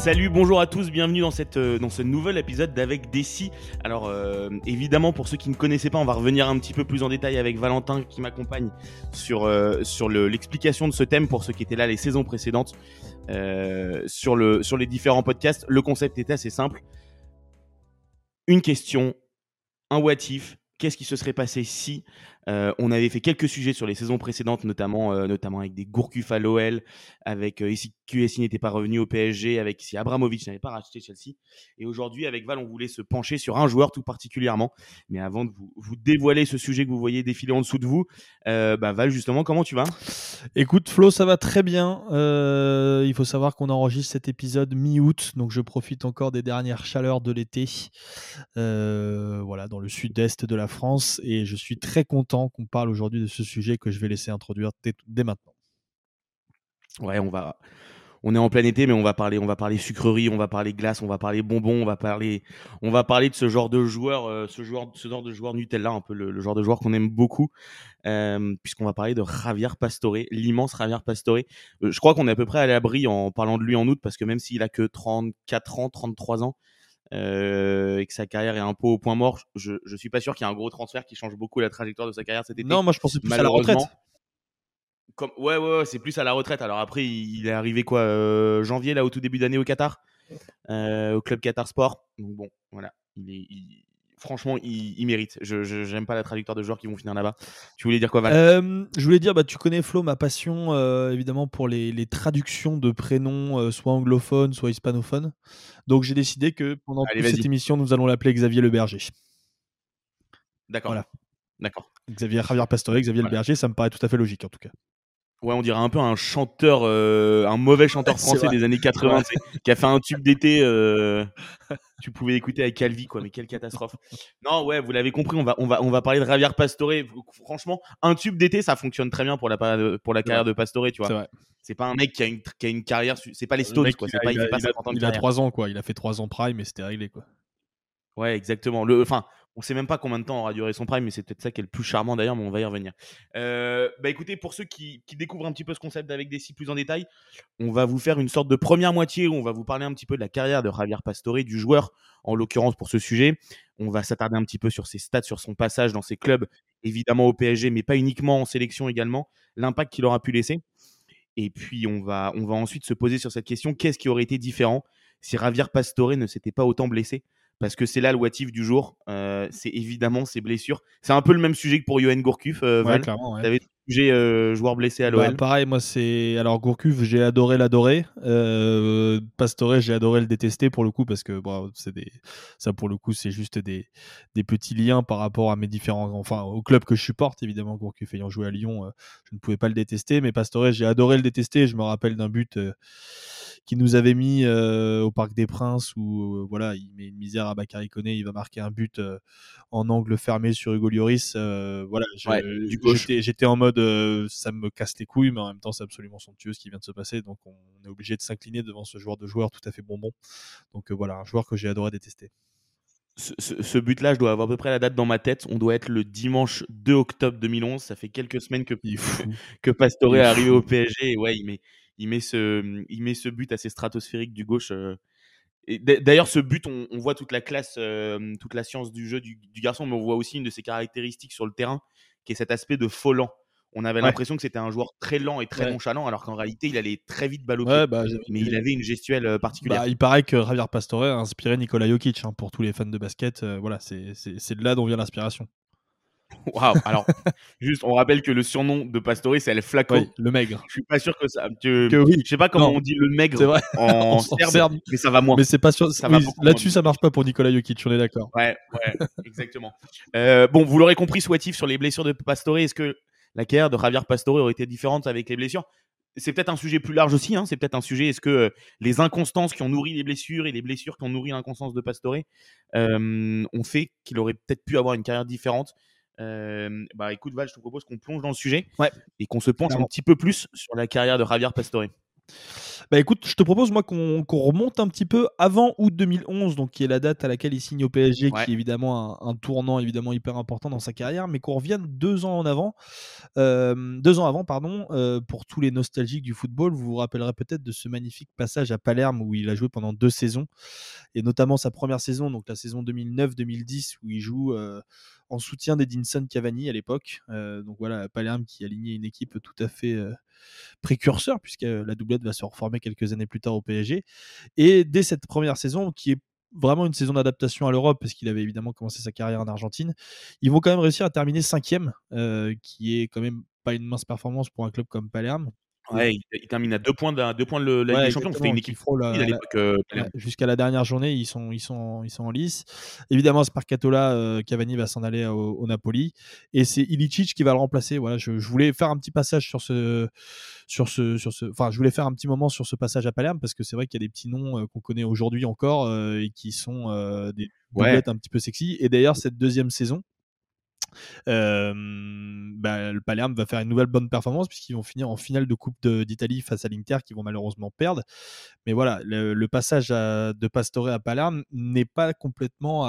Salut, bonjour à tous, bienvenue dans ce nouvel épisode d'Avec Dessy. Alors évidemment, pour ceux qui ne connaissaient pas, on va revenir un petit peu plus en détail avec Valentin qui m'accompagne sur l'explication de ce thème pour ceux qui étaient là les saisons précédentes sur les différents podcasts. Le concept était assez simple. Une question, un what if, qu'est-ce qui se serait passé si on avait fait quelques sujets sur les saisons précédentes, notamment avec des Gourcuff à l'OL, avec si QSI n'était pas revenu au PSG, avec si Abramovich n'avait pas racheté Chelsea. Et aujourd'hui, avec Val, on voulait se pencher sur un joueur tout particulièrement. Mais avant de vous dévoiler ce sujet que vous voyez défiler en dessous de vous, Val, justement, comment tu vas ? Écoute Flo, ça va très bien. Il faut savoir qu'on enregistre cet épisode mi-août, donc je profite encore des dernières chaleurs de l'été, dans le sud-est de la France, et je suis très content qu'on parle aujourd'hui de ce sujet que je vais laisser introduire dès maintenant. Ouais, on est en plein été, mais on va parler sucreries, on va parler glace, on va parler bonbons, on va parler de ce genre de joueur, ce genre de joueur Nutella, un peu le genre de joueur qu'on aime beaucoup, puisqu'on va parler de Javier Pastore, l'immense Javier Pastore. Je crois qu'on est à peu près à l'abri en parlant de lui en août, parce que même s'il a que 34 ans, 33 ans, et que sa carrière est un peu au point mort, je suis pas sûr qu'il y ait un gros transfert qui change beaucoup la trajectoire de sa carrière cet été. Non, moi je pensais plus à la Malheureusement. retraite. Ouais, c'est plus à la retraite. Alors après, il est arrivé janvier, là, au tout début d'année au Qatar, au club Qatar Sport. Donc bon, voilà. Franchement, il mérite. J'aime pas la trajectoire de joueurs qui vont finir là-bas. Tu voulais dire quoi, Val ? Je voulais dire, tu connais Flo, ma passion évidemment pour les traductions de prénoms, soit anglophones, soit hispanophones. Donc j'ai décidé que pendant toute cette émission, nous allons l'appeler Xavier Le Berger. D'accord. Voilà. D'accord. Javier Pastore, Xavier Le Berger, ça me paraît tout à fait logique en tout cas. Ouais, on dirait un peu un chanteur, un mauvais chanteur français des années 80, qui a fait un tube d'été. Tu pouvais écouter avec Calvi, quoi, mais quelle catastrophe. Non, ouais, vous l'avez compris, on va parler de Javier Pastore. Franchement, un tube d'été, ça fonctionne très bien pour la carrière de Pastore, tu vois. C'est pas un mec qui a une carrière, c'est pas les Stones, quoi. C'est pas, il fait pas 50 ans de carrière. Il a 3 ans, quoi. Il a fait 3 ans prime et c'était réglé, quoi. Ouais, exactement. On sait même pas combien de temps aura duré son prime, mais c'est peut-être ça qui est le plus charmant d'ailleurs, mais on va y revenir. Écoutez, pour ceux qui découvrent un petit peu ce concept d'Avec Dessy plus en détail, on va vous faire une sorte de première moitié où on va vous parler un petit peu de la carrière de Javier Pastore, du joueur en l'occurrence pour ce sujet. On va s'attarder un petit peu sur ses stats, sur son passage dans ses clubs, évidemment au PSG, mais pas uniquement en sélection également, l'impact qu'il aura pu laisser. Et puis on va ensuite se poser sur cette question, qu'est-ce qui aurait été différent si Javier Pastore ne s'était pas autant blessé ? Parce que c'est là le what if du jour, c'est évidemment ses blessures. C'est un peu le même sujet que pour Yoann Gourcuff, Val. Clairement, ouais. Tu avais le sujet joueur blessé à l'OL. Pareil, moi c'est... Alors Gourcuff, j'ai adoré l'adorer. Pastore, j'ai adoré le détester pour le coup, parce que ça pour le coup, c'est juste des petits liens par rapport à mes différents... Enfin, au club que je supporte, évidemment, Gourcuff ayant joué à Lyon, je ne pouvais pas le détester, mais Pastore, j'ai adoré le détester. Je me rappelle d'un but qui nous avait mis au Parc des Princes où il met une misère à Bakary Koné, il va marquer un but en angle fermé sur Hugo Lloris. Du gauche. J'étais en mode ça me casse les couilles, mais en même temps c'est absolument somptueux ce qui vient de se passer, donc on est obligé de s'incliner devant ce joueur tout à fait bonbon. Donc un joueur que j'ai adoré détester. Ce but-là, je dois avoir à peu près la date dans ma tête. On doit être le dimanche 2 octobre 2011. Ça fait quelques semaines que Pastore est arrivé au PSG. Et ouais, il met ce but assez stratosphérique du gauche. Et d'ailleurs, ce but, on voit toute la classe, toute la science du jeu du garçon, mais on voit aussi une de ses caractéristiques sur le terrain, qui est cet aspect de faux lent. On avait l'impression que c'était un joueur très lent et très nonchalant, alors qu'en réalité, il allait très vite balle au pied. Mais il avait une gestuelle particulière. Il paraît que Javier Pastore a inspiré Nikola Jokic, pour tous les fans de basket. C'est de là dont vient l'inspiration. Waouh. Alors, juste, on rappelle que le surnom de Pastore, c'est El Flaco. Oui, le maigre. Je suis pas sûr que ça. Oui. Je sais pas comment on dit le maigre en serbe, mais ça va moins. Mais c'est pas sûr. Là-dessus, ça marche pas pour Nikola Jokic, on est d'accord. Ouais, exactement. Vous l'aurez compris, Swatif, sur les blessures de Pastore, est-ce que la carrière de Javier Pastore aurait été différente avec les blessures ? C'est peut-être un sujet plus large aussi. C'est peut-être un sujet. Est-ce que les inconstances qui ont nourri les blessures et les blessures qui ont nourri l'inconstance de Pastore ont fait qu'il aurait peut-être pu avoir une carrière différente ? Écoute, Val, je te propose qu'on plonge dans le sujet et qu'on se penche un petit peu plus sur la carrière de Javier Pastore. Bah écoute, je te propose moi qu'on remonte un petit peu avant août 2011, donc qui est la date à laquelle il signe au PSG, Ouais. qui est évidemment un tournant évidemment hyper important dans sa carrière, mais qu'on revienne 2 ans en avant, 2 ans avant pardon, pour tous les nostalgiques du football. Vous vous rappellerez peut-être de ce magnifique passage à Palerme où il a joué pendant 2 saisons et notamment sa première saison, donc la saison 2009-2010 où il joue, en soutien d'Edinson Cavani à l'époque. Donc voilà, Palerme qui alignait une équipe tout à fait, précurseur puisque la doublette va se reformer quelques années plus tard au PSG. Et dès cette première saison, qui est vraiment une saison d'adaptation à l'Europe, parce qu'il avait évidemment commencé sa carrière en Argentine, ils vont quand même réussir à terminer cinquième, qui est quand même pas une mince performance pour un club comme Palerme. Et Ouais, il termine à 2 points de la Ligue ouais, des Champions. C'était exactement, une qui équipe frôle solide à la l'époque, ouais, Palerme. jusqu'à la dernière journée, ils sont en lice. Évidemment, Sparcatola, Cavani va s'en aller au Napoli et c'est Ilicic qui va le remplacer. Voilà, je voulais faire un petit passage enfin, je voulais faire un petit moment sur ce passage à Palerme parce que c'est vrai qu'il y a des petits noms qu'on connaît aujourd'hui encore et qui sont des Ouais. doublettes un petit peu sexy. Et d'ailleurs, cette deuxième saison, bah, le Palerme va faire une nouvelle bonne performance puisqu'ils vont finir en finale de Coupe d'Italie face à l'Inter qui vont malheureusement perdre. Mais voilà, le passage de Pastore à Palerme n'est pas complètement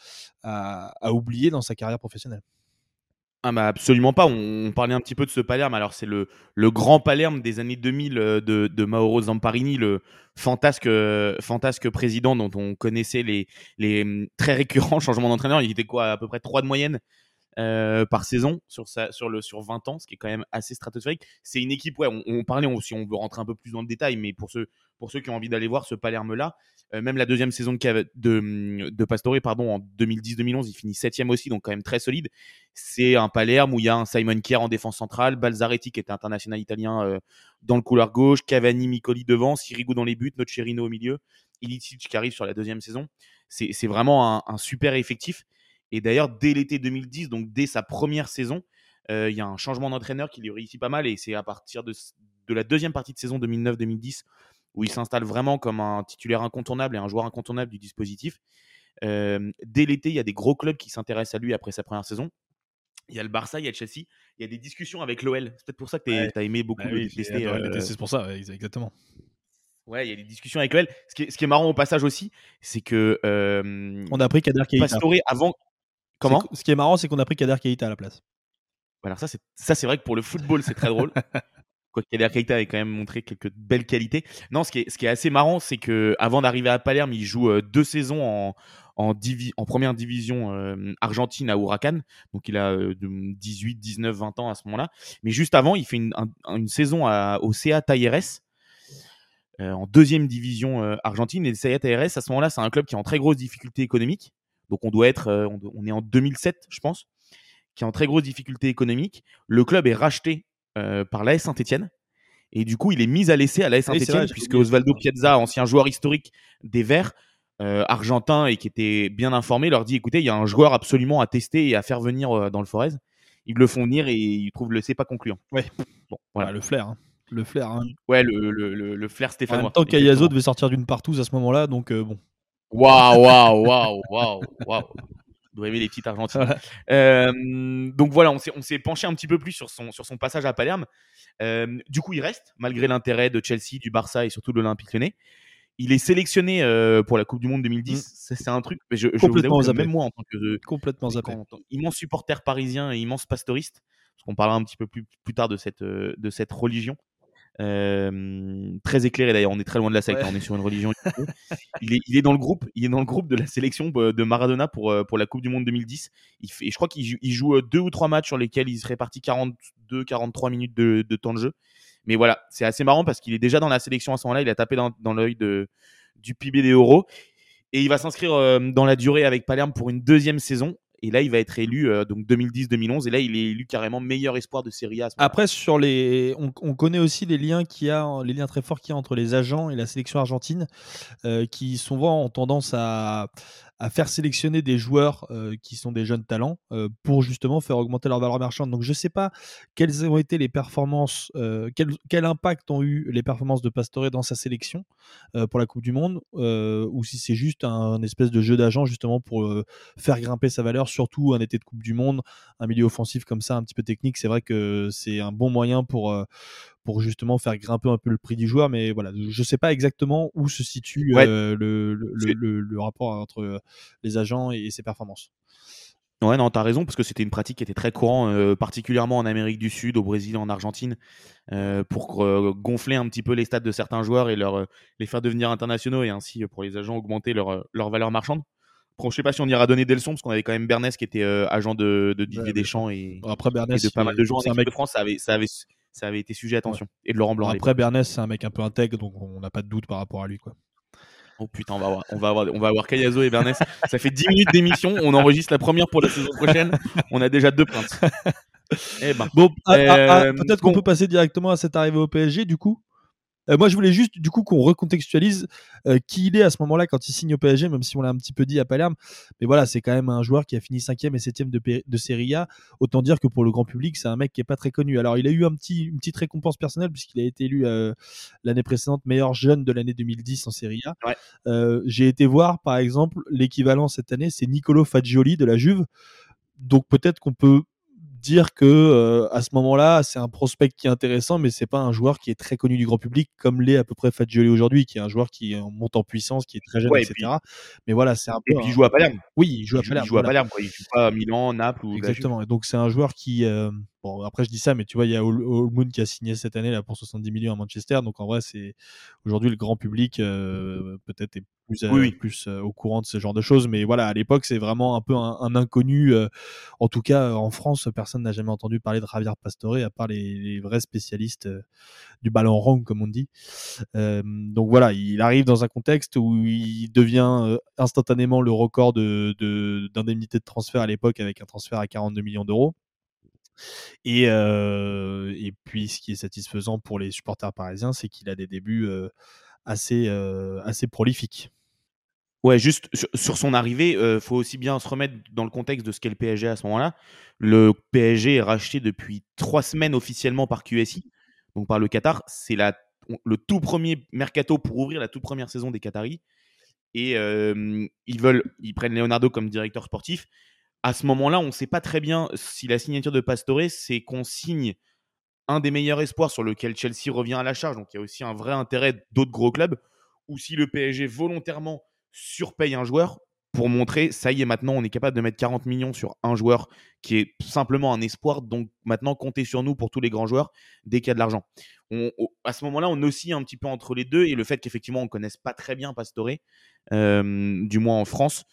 à oublier dans sa carrière professionnelle. Ah bah absolument pas. On parlait un petit peu de ce Palerme. Alors c'est le grand Palerme des années 2000 de Mauro Zamparini, le fantasque président dont on connaissait les très récurrents changements d'entraîneur. Il était quoi, à peu près 3 de moyenne par saison sur 20 ans, ce qui est quand même assez stratosphérique. C'est une équipe, ouais, on parlait, si on veut rentrer un peu plus dans le détail, mais pour ceux qui ont envie d'aller voir ce Palerme-là, même la deuxième saison de Pastore, pardon, en 2010-2011, il finit 7ème aussi, donc quand même très solide. C'est un Palerme où il y a un Simon Kjær en défense centrale, Balzaretti qui était international italien dans le couloir gauche, Cavani, Micoli devant, Sirigu dans les buts, Nocerino au milieu, Ilicic qui arrive sur la deuxième saison. C'est vraiment un super effectif. Et d'ailleurs, dès l'été 2010, donc dès sa première saison, il y a un changement d'entraîneur qui lui réussit pas mal. Et c'est à partir de la deuxième partie de saison 2009-2010 où il s'installe vraiment comme un titulaire incontournable et un joueur incontournable du dispositif. Dès l'été, il y a des gros clubs qui s'intéressent à lui après sa première saison. Il y a le Barça, il y a Chelsea. Il y a des discussions avec l'OL. C'est peut-être pour ça que Ouais. tu as aimé Bah beaucoup le oui, j'ai détester. adoré le détester, c'est pour ça, ouais, exactement. Ouais, il y a des discussions avec l'OL. Ce qui est marrant au passage aussi, c'est que On a pris Kader Keita. Pastore, avant. Comment? Ce qui est marrant, c'est qu'on a pris Kader Keita à la place. Alors ça c'est vrai que pour le football, c'est très drôle. Quoi Kader Keita avait quand même montré quelques belles qualités. Non, ce qui est assez marrant, c'est que avant d'arriver à Palerme, il joue 2 saisons en première division argentine à Huracan. Donc il a 18, 19, 20 ans à ce moment-là. Mais juste avant, il fait une saison au CA Talleres en deuxième division argentine. Et le CA Talleres, à ce moment-là, c'est un club qui est en très grosse difficulté économique. Donc on doit être, on est en 2007, je pense, qui est en très grosse difficulté économique. Le club est racheté par l'AS Saint-Etienne. Et du coup, il est mis à l'essai à l'AS Oui, c'est vrai, Saint-Etienne, j'avais puisque oublié ça. Osvaldo Piazza, ancien joueur historique des Verts, argentin et qui était bien informé, leur dit écoutez, il y a un joueur absolument à tester et à faire venir dans le Forez. Ils le font venir et ils trouvent le essai pas concluant. Ouais, Bon, bah, voilà. le flair, hein. Le flair, hein. Ouais, le flair En même stéphanois, temps, Cayazo exactement. devait sortir d'une partouze à ce moment-là, donc bon. Waouh, waouh, waouh, waouh, waouh. Vous doit aimer les petites Argentines. Voilà. Donc voilà, on s'est penché un petit peu plus sur son passage à Palerme. Du coup, il reste, malgré l'intérêt de Chelsea, du Barça et surtout de l'Olympique Lyonnais. Il est sélectionné pour la Coupe du Monde Mmh. 2010. Ça, c'est un truc, mais je vous avoue Complètement que zappé. même moi, en tant que Complètement zappé. immense supporter parisien et immense pastoriste, parce qu'on parlera un petit peu plus tard de cette religion, très éclairé d'ailleurs, on est très loin de la secte, Ouais. hein, on est sur une religion. Il est dans le groupe, de la sélection de Maradona pour la Coupe du Monde 2010. Je crois qu'il joue 2 ou 3 matchs sur lesquels il se répartit 42-43 minutes de temps de jeu. Mais voilà, c'est assez marrant parce qu'il est déjà dans la sélection à ce moment-là. Il a tapé dans l'œil du PIB des euros. Et il va s'inscrire dans la durée avec Palerme pour une deuxième saison. Et là, il va être élu donc 2010-2011. Et là, il est élu carrément meilleur espoir de Serie A à ce moment-là. Après, on connaît aussi les liens très forts qu'il y a entre les agents et la sélection argentine, qui souvent ont tendance à faire sélectionner des joueurs qui sont des jeunes talents pour justement faire augmenter leur valeur marchande. Donc je ne sais pas quelles ont été les performances, quel impact ont eu les performances de Pastore dans sa sélection pour la Coupe du Monde, ou si c'est juste un espèce de jeu d'agent justement pour faire grimper sa valeur, surtout un été de Coupe du Monde, un milieu offensif comme ça, un petit peu technique. C'est vrai que c'est un bon moyen pour justement faire grimper un peu le prix du joueur. Mais voilà, je sais pas exactement où se situe Ouais, le rapport entre les agents et ses performances. ouais, non, t'as raison, parce que c'était une pratique qui était très courante, particulièrement en Amérique du Sud, au Brésil, en Argentine, pour gonfler un petit peu les stats de certains joueurs et les faire devenir internationaux, et ainsi pour les agents augmenter leur valeur marchande. Bon, je sais pas si on ira donner des leçons, parce qu'on avait quand même Bernès qui était agent de Didier Ouais, bien sûr. Deschamps Bon, après et de Bernès, pas mal de joueurs en c'est un équipe mec. de France. Ça avait été sujet à Ouais. attention. Et de Laurent Blanc Bon, à après l'époque aussi. Bernès, c'est un mec un peu intègre, donc on n'a pas de doute par rapport à lui, quoi. Oh putain, on va avoir Cayazo et Bernès. Ça fait 10 minutes d'émission, on enregistre la première pour la saison prochaine. On a déjà 2 plaintes. Eh ben. Bon, peut-être qu'on Bon, peut passer directement à cette arrivée au PSG, du coup. Moi, je voulais juste, du coup, qu'on recontextualise qui il est à ce moment-là quand il signe au PSG, même si on l'a un petit peu dit à Palerme. Mais voilà, c'est quand même un joueur qui a fini 5e et 7e de Serie A. Autant dire que pour le grand public, c'est un mec qui est pas très connu. Alors, il a eu une petite récompense personnelle puisqu'il a été élu l'année précédente meilleur jeune de l'année 2010 en Serie A. ouais. J'ai été voir, par exemple, l'équivalent cette année, c'est Nicolo Fagioli de la Juve. Donc peut-être qu'on peut dire que à ce moment-là, c'est un prospect qui est intéressant, mais c'est pas un joueur qui est très connu du grand public comme l'est à peu près Fagioli aujourd'hui, qui est un joueur qui monte en puissance, qui est très jeune, Ouais, etc. Mais voilà, c'est un et peu puis il un. joue à Palerme. Oui, il joue à Il Palerme, joue à voilà. Palerme, quoi. Il joue pas à Milan, Naples ou la Juve. Exactement. Et donc c'est un joueur qui, bon après je dis ça, mais tu vois, il y a Olmoun qui a signé cette année là pour 70 millions à Manchester. Donc en vrai, c'est aujourd'hui le grand public peut-être est Oui, oui. plus au courant de ce genre de choses. Mais voilà, à l'époque, c'est vraiment un peu un inconnu. En tout cas, en France, personne n'a jamais entendu parler de Javier Pastore à part les vrais spécialistes du ballon rond, comme on dit. Donc voilà, il arrive dans un contexte où il devient instantanément le record d'indemnité de transfert à l'époque avec un transfert à 42 millions d'euros. Et puis, ce qui est satisfaisant pour les supporters parisiens, c'est qu'il a des débuts assez prolifiques. Ouais, juste sur son arrivée, faut aussi bien se remettre dans le contexte de ce qu'est le PSG à ce moment-là. Le PSG est racheté depuis 3 semaines officiellement par QSI, donc par le Qatar. C'est le tout premier mercato pour ouvrir la toute première saison des Qataris. Et ils prennent Leonardo comme directeur sportif. À ce moment-là, on ne sait pas très bien si la signature de Pastore, c'est qu'on signe un des meilleurs espoirs sur lequel Chelsea revient à la charge, donc il y a aussi un vrai intérêt d'autres gros clubs, ou si le PSG volontairement surpaye un joueur pour montrer, ça y est, maintenant on est capable de mettre 40 millions sur un joueur qui est simplement un espoir, donc maintenant comptez sur nous pour tous les grands joueurs dès qu'il y a de l'argent. À ce moment-là, on oscille un petit peu entre les deux, et le fait qu'effectivement on ne connaisse pas très bien Pastore, du moins en France,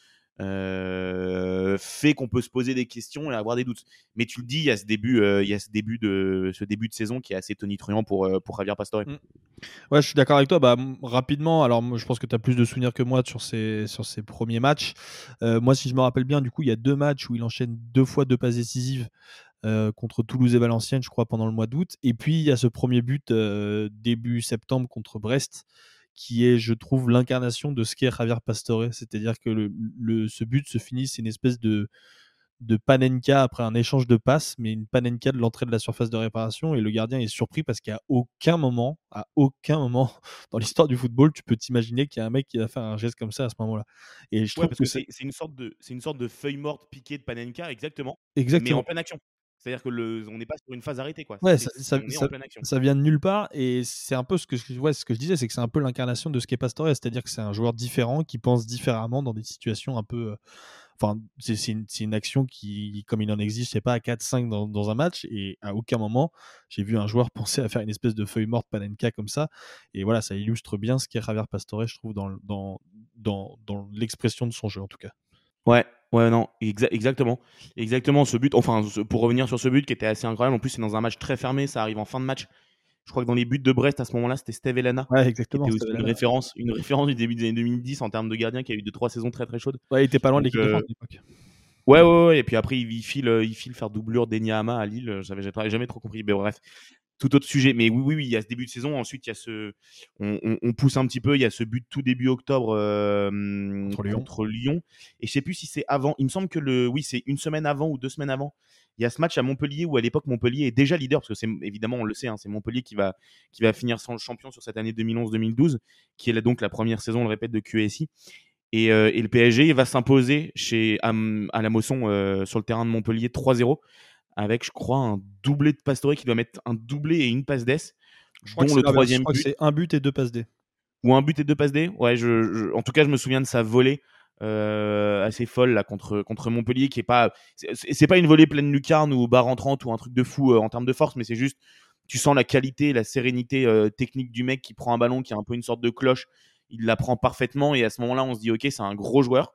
fait qu'on peut se poser des questions et avoir des doutes. Mais tu le dis, il y a ce début de saison qui est assez tonitruant pour Javier Pastore. Ouais, je suis d'accord avec toi. Bah, rapidement, alors moi, je pense que tu as plus de souvenirs que moi sur ses premiers matchs. Moi, si je me rappelle bien, du coup, il y a 2 matchs où il enchaîne 2 fois 2 passes décisives contre Toulouse et Valenciennes, je crois, pendant le mois d'août. Et puis, il y a ce premier but début septembre contre Brest, qui est, je trouve, l'incarnation de ce qu'est Javier Pastore. C'est-à-dire que ce but se finit, c'est une espèce de panenka après un échange de passes, mais une panenka de l'entrée de la surface de réparation, et le gardien est surpris parce qu'à aucun moment dans l'histoire du football, tu peux t'imaginer qu'il y a un mec qui va faire un geste comme ça à ce moment-là. Et je Ouais, trouve parce que que c'est c'est une sorte de feuille morte piquée de Panenka, exactement, mais en exactement. pleine action. C'est-à-dire que on n'est pas sur une phase arrêtée, quoi. Ouais, On est en pleine action. ça vient de nulle part, et c'est un peu ce que je disais, c'est que c'est un peu l'incarnation de ce qu'est Pastore, c'est-à-dire que c'est un joueur différent qui pense différemment dans des situations un peu. Enfin, c'est une action qui, comme il en existe, je sais pas, à 4-5 dans un match, et à aucun moment j'ai vu un joueur penser à faire une espèce de feuille morte Panenka comme ça. Et voilà, ça illustre bien ce qu'est Javier Pastore, je trouve, dans l'expression de son jeu en tout cas. Ouais, ouais, non, exactement. Exactement, ce but, enfin, pour revenir sur ce but qui était assez incroyable, en plus, c'est dans un match très fermé, ça arrive en fin de match. Je crois que dans les buts de Brest, à ce moment-là, c'était Steve Elana, Ouais, qui exactement, était c'était aussi une référence du début des années 2010 en termes de gardien, qui a eu 2-3 saisons très très chaudes. Ouais, il était pas loin de Donc, l'équipe de France à l'époque. ouais, ouais, ouais. Et puis après, il file faire doublure d'Enyama à Lille. J'avais jamais trop compris. Mais bref, tout autre sujet. Mais oui, oui, oui, il y a ce début de saison. Ensuite, il y a on pousse un petit peu. Il y a ce but tout début octobre Contre Lyon. contre Lyon. Et je sais plus si c'est avant. Il me semble que oui, c'est une semaine avant ou 2 semaines avant. Il y a ce match à Montpellier où à l'époque Montpellier est déjà leader, parce que c'est évidemment, on le sait, hein, c'est Montpellier qui va finir sans le champion sur cette année 2011-2012, qui est donc la première saison, on le répète, de QSI. Et le PSG va s'imposer à la Mosson sur le terrain de Montpellier 3-0 avec, je crois, un doublé de Pastore qui doit mettre un doublé et une passe d'ess, Je crois que dont c'est le l'inverse. Je troisième crois que but. c'est un but et deux passes D. Ou un but et deux passes D. Ouais, en tout cas, je me souviens de sa volée assez folle là, contre Montpellier, qui est pas. C'est pas une volée pleine lucarne ou barre entrante ou un truc de fou en termes de force, mais c'est juste. Tu sens la qualité, la sérénité technique du mec qui prend un ballon qui a un peu une sorte de cloche. Il la prend parfaitement et à ce moment-là, on se dit, ok, c'est un gros joueur.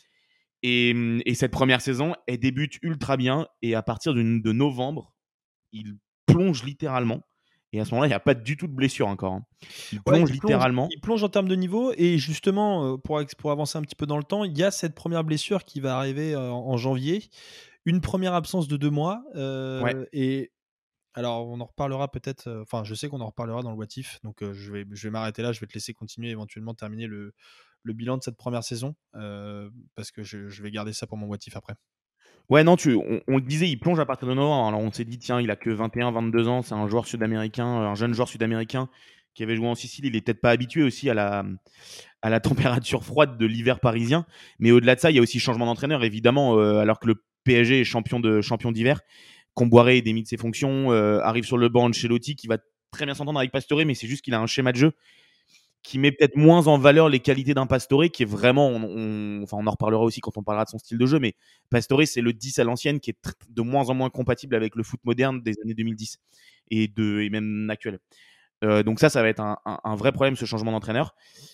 Et cette première saison, elle débute ultra bien. Et à partir de novembre, il plonge littéralement. Et à ce moment-là, il n'y a pas du tout de blessure encore, hein. Il Ouais, plonge littéralement. il plonge en termes de niveau et justement, pour avancer un petit peu dans le temps, il y a cette première blessure qui va arriver, en janvier. Une première absence de 2 mois, Ouais. et alors on en reparlera peut-être, enfin je sais qu'on en reparlera dans le what if, donc je vais m'arrêter là, je vais te laisser continuer, éventuellement terminer le bilan de cette première saison, parce que je vais garder ça pour mon what if après. Ouais, non, on le disait, il plonge à partir de novembre. Alors on s'est dit, tiens, il a que 21, 22 ans, c'est un joueur sud-américain, un jeune joueur sud-américain qui avait joué en Sicile. Il est peut-être pas habitué aussi à la température froide de l'hiver parisien. Mais au-delà de ça, il y a aussi changement d'entraîneur, évidemment, alors que le PSG est champion d'hiver. Comboiré démis de ses fonctions, arrive sur le banc Ancelotti qui va très bien s'entendre avec Pastore, mais c'est juste qu'il a un schéma de jeu qui met peut-être moins en valeur les qualités d'un Pastore, qui est vraiment, enfin on en reparlera aussi quand on parlera de son style de jeu, mais Pastore c'est le 10 à l'ancienne qui est de moins en moins compatible avec le foot moderne des années 2010 et même actuel. Donc ça va être un vrai problème, ce changement d'entraîneur.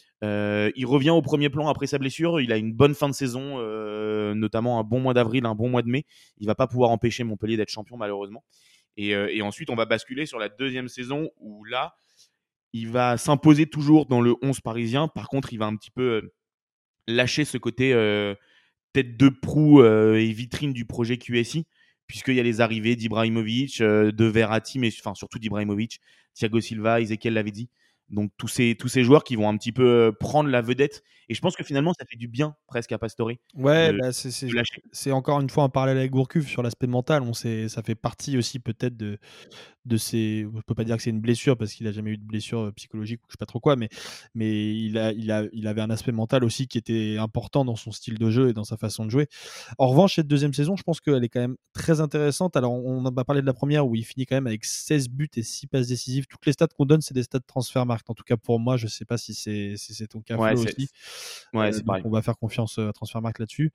Il revient au premier plan après sa blessure, il a une bonne fin de saison, notamment un bon mois d'avril, un bon mois de mai. Il va pas pouvoir empêcher Montpellier d'être champion malheureusement. Et ensuite on va basculer sur la deuxième saison où là, il va s'imposer toujours dans le 11 parisien. Par contre, il va un petit peu lâcher ce côté tête de proue et vitrine du projet QSI, puisqu'il y a les arrivées d'Ibrahimovic, de Verratti, mais enfin, surtout d'Ibrahimovic, Thiago Silva, Ezequiel Lavezzi. Donc tous ces joueurs qui vont un petit peu prendre la vedette. Et je pense que finalement, ça fait du bien presque à Pastore Ouais, de, bah, de lâcher. c'est encore une fois un parallèle avec Gourcuff sur l'aspect mental. Ça fait partie aussi peut-être de ses, je peux pas dire que c'est une blessure parce qu'il a jamais eu de blessure psychologique ou je sais pas trop quoi, mais il avait un aspect mental aussi qui était important dans son style de jeu et dans sa façon de jouer. En revanche, cette deuxième saison, je pense qu'elle est quand même très intéressante. Alors, on a parlé de la première où il finit quand même avec 16 buts et 6 passes décisives. Toutes les stats qu'on donne, c'est des stats Transfermarkt. En tout cas, pour moi, je sais pas si c'est ton cas, Ouais, Flo, aussi. c'est Donc, pareil. on va faire confiance à Transfermarkt là-dessus.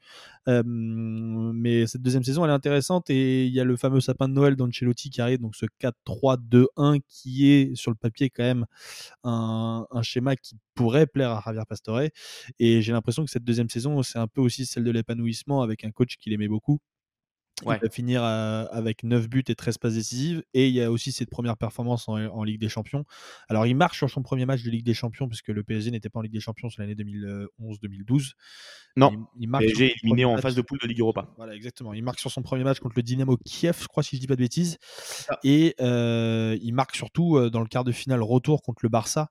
Mais cette deuxième saison, elle est intéressante et il y a le fameux sapin de Noël d'Ancelotti qui arrive, donc ce 4-3-2-1 qui est sur le papier quand même un schéma qui pourrait plaire à Javier Pastore. Et j'ai l'impression que cette deuxième saison, c'est un peu aussi celle de l'épanouissement avec un coach qu'il aimait beaucoup. Il Ouais. va finir avec 9 buts et 13 passes décisives. Et il y a aussi cette première performance en Ligue des Champions. Alors, il marche sur son premier match de Ligue des Champions, puisque le PSG n'était pas en Ligue des Champions sur l'année 2011-2012. Non, Il marque sur PSG son éliminé premier en phase match. de poule de Ligue Europa. Voilà, exactement. Il marque sur son premier match contre le Dynamo Kiev, je crois, si je dis pas de bêtises. Ça. Et il marque surtout dans le quart de finale retour contre le Barça.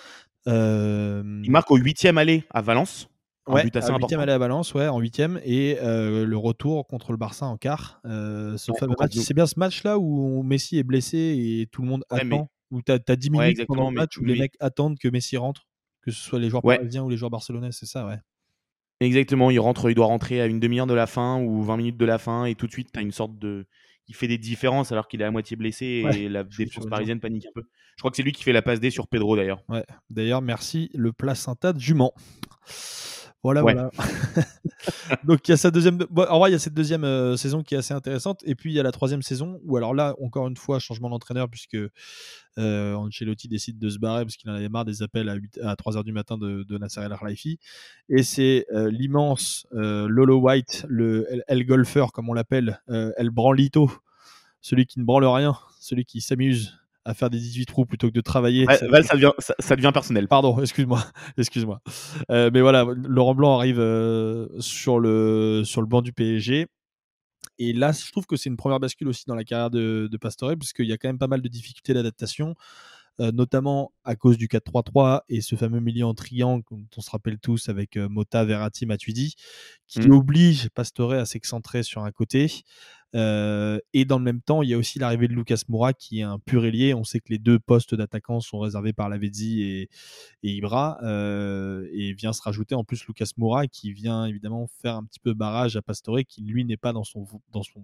Il marque au 8e aller à Valence, un Ouais, but à assez huitième important. aller à Valence, ouais, en huitième, et le retour contre le Barça en quart. Ce Ouais, fameux au Camp match, Nou. c'est bien ce match-là où Messi est blessé et tout le monde Ouais, mais attend, où tu as 10 ouais, minutes pendant exactement, le match où les mecs attendent que Messi rentre, que ce soit les joueurs ouais, parisiens ou les joueurs barcelonais, c'est ça, ouais. exactement. Il doit rentrer à une demi-heure de la fin ou 20 minutes de la fin et tout de suite, tu as une sorte de. Il fait des différences alors qu'il est à moitié blessé Ouais, et la il joue défense sur une jambe. parisienne panique un peu. Je crois que c'est lui qui fait la passe D sur Pedro d'ailleurs. Ouais, d'ailleurs, merci le placenta de Jument. Voilà, Ouais, voilà. Donc il y a sa deuxième, bon, en vrai, il y a cette deuxième saison qui est assez intéressante. Et puis il y a la troisième saison où, alors là, encore une fois, changement d'entraîneur, puisque Ancelotti décide de se barrer parce qu'il en avait marre des appels à 3 heures du matin de Nasser El Khelaifi. Et c'est l'immense Lolo White, le El Golfeur, comme on l'appelle, El Branlito, celui qui ne branle rien, celui qui s'amuse à faire des 18 trous plutôt que de travailler. Val, ça devient personnel. Pardon, excuse-moi, excuse-moi. Mais voilà, Laurent Blanc arrive sur le banc du PSG. Et là, je trouve que c'est une première bascule aussi dans la carrière de Pastore, parce qu'il y a quand même pas mal de difficultés d'adaptation, notamment à cause du 4-3-3 et ce fameux milieu en triangle dont on se rappelle tous avec Mota, Verratti, Matuidi, qui Mm. oblige Pastore à s'excentrer sur un côté. Et dans le même temps, il y a aussi l'arrivée de Lucas Moura qui est un pur ailier. On sait que les deux postes d'attaquants sont réservés par Lavezzi et Ibra, et vient se rajouter en plus Lucas Moura qui vient évidemment faire un petit peu barrage à Pastore qui lui n'est pas dans son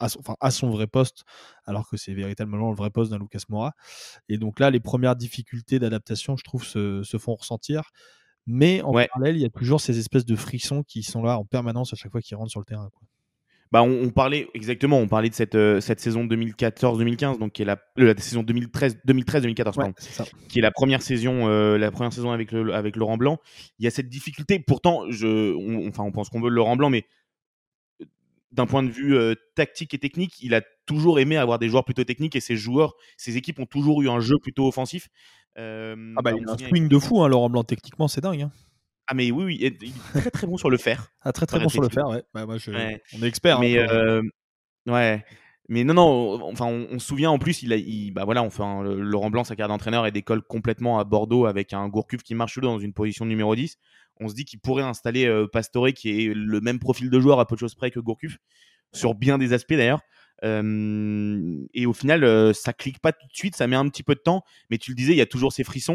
à son vrai poste, alors que c'est véritablement le vrai poste d'un Lucas Moura. Et donc là, les premières difficultés d'adaptation, je trouve, se font ressentir. Mais en Ouais. parallèle, il y a toujours ces espèces de frictions qui sont là en permanence à chaque fois qu'il rentre sur le terrain, quoi. Bah, on parlait exactement, on parlait de cette saison 2014-2015, donc qui est la saison 2013-2014, Ouais, pardon, c'est ça. qui est la première saison avec Laurent Blanc. Il y a cette difficulté. Pourtant, on pense qu'on veut de Laurent Blanc, mais d'un point de vue tactique et technique, il a toujours aimé avoir des joueurs plutôt techniques et ses équipes ont toujours eu un jeu plutôt offensif. Ah bah, Bah, on il se a un souvient avec swing de fou, hein, Laurent Blanc, techniquement, c'est dingue, hein. Ah mais oui, oui, et il est très très bon sur le fer, Ah, très, très bon sur le paraît-il. fer, ouais. Bah, moi, Ouais. on est expert, hein, Mais quand ouais, mais non, non, enfin, on se souvient en plus, bah voilà, enfin, Laurent Blanc, sa carrière d'entraîneur, est décolle complètement à Bordeaux avec un Gourcuff qui marche dans une position numéro 10. On se dit qu'il pourrait installer Pastore, qui est le même profil de joueur à peu de choses près que Gourcuff, sur bien des aspects d'ailleurs. Et au final, ça clique pas tout de suite, ça met un petit peu de temps, mais tu le disais, il y a toujours ces frissons.